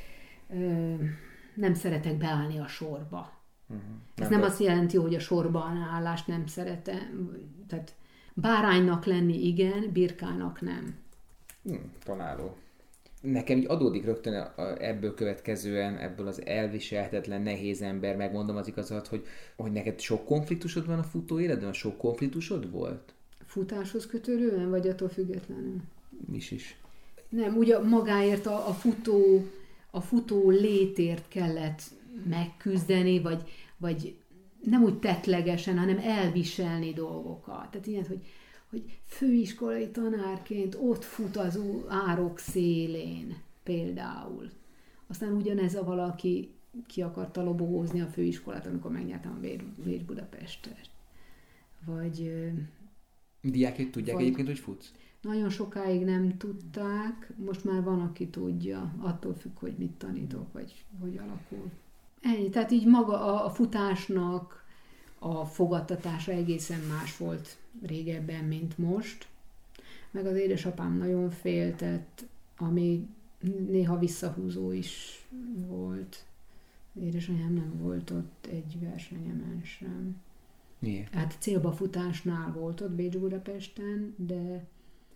Nem szeretek beállni a sorba. Ez nem azt jelenti, hogy a sorban állást nem szeretem. Tehát báránynak lenni igen, birkának nem. Találó. Nekem így adódik rögtön ebből következően, ebből az elviselhetetlen nehéz ember, megmondom az igazat, hogy neked sok konfliktusod van a futó életben? Sok konfliktusod volt? Futáshoz kötődően, vagy attól függetlenül? Is. Nem, ugye magáért a futó létért kellett megküzdeni, vagy nem úgy tettlegesen, hanem elviselni dolgokat. Tehát ilyen, hogy főiskolai tanárként ott fut az árok szélén például. Aztán ugyanez a valaki ki akarta lobogózni a főiskolát, amikor megnyertem a Bécs Budapestet. Vagy... Diákok tudják egyébként, hogy futsz? Nagyon sokáig nem tudták, most már van, aki tudja, attól függ, hogy mit tanítok, vagy hogy alakul. Ennyi, tehát így maga a futásnak a fogadtatása egészen más volt régebben, mint most. Meg az édesapám nagyon féltett, ami néha visszahúzó is volt. Édesanyám nem volt ott egy versenyemen sem. Miért? Hát célba futásnál volt ott Bécs Budapesten, de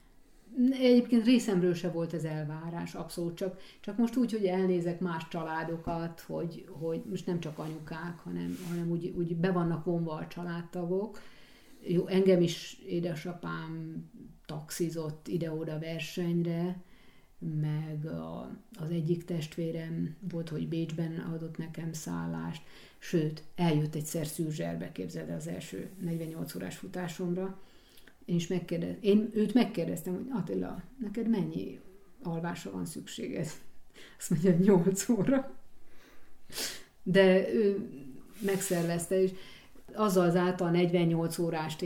Egyébként részemről se volt ez elvárás, abszolút, csak most úgy, hogy elnézek más családokat, hogy most nem csak anyukák, hanem úgy be vannak vonva a családtagok. Jó, engem is édesapám taxizott ide-oda versenyre, meg az egyik testvérem volt, hogy Bécsben adott nekem szállást, sőt, eljött egyszer Szűrzserbe, képzeld el, az első 48 órás futásomra. Én őt megkérdeztem, hogy Attila, neked mennyi alvásra van szükséged? Azt mondja, 8 óra. De ő megszervezte, és azzal azáltal 48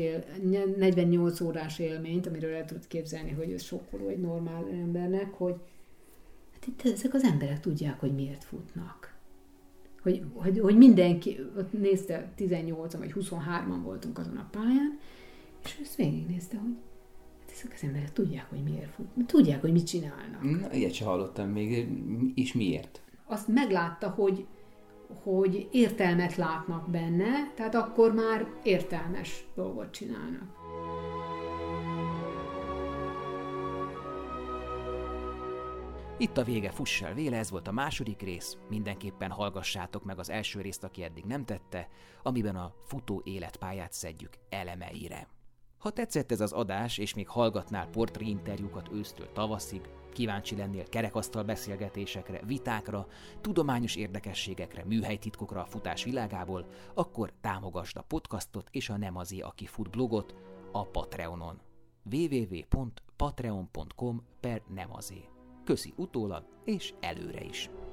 órás élményt, amiről el tudod képzelni, hogy ez sokkoló egy normál embernek, hogy hát itt ezek az emberek tudják, hogy miért futnak. Hogy mindenki, ott nézte, 18-an vagy 23-an voltunk azon a pályán, és ő ezt végignézte, hogy hát ezek az emberek tudják, hogy miért futnak. Tudják, hogy mit csinálnak. Na, ilyet sem hallottam még, és miért? Azt meglátta, hogy értelmet látnak benne, tehát akkor már értelmes dolgot csinálnak. Itt a vége, fuss el véle, ez volt a második rész, mindenképpen hallgassátok meg az első részt, aki eddig nem tette, amiben a futó életpályát szedjük elemeire. Ha tetszett ez az adás, és még hallgatnál portréinterjúkat ősztől tavaszig, kíváncsi lennél kerekasztal beszélgetésekre, vitákra, tudományos érdekességekre, műhelytitkokra a futás világából, akkor támogasd a podcastot és a Nem azé, aki fut blogot a Patreonon. www.patreon.com/nemazé. Köszi utólag és előre is!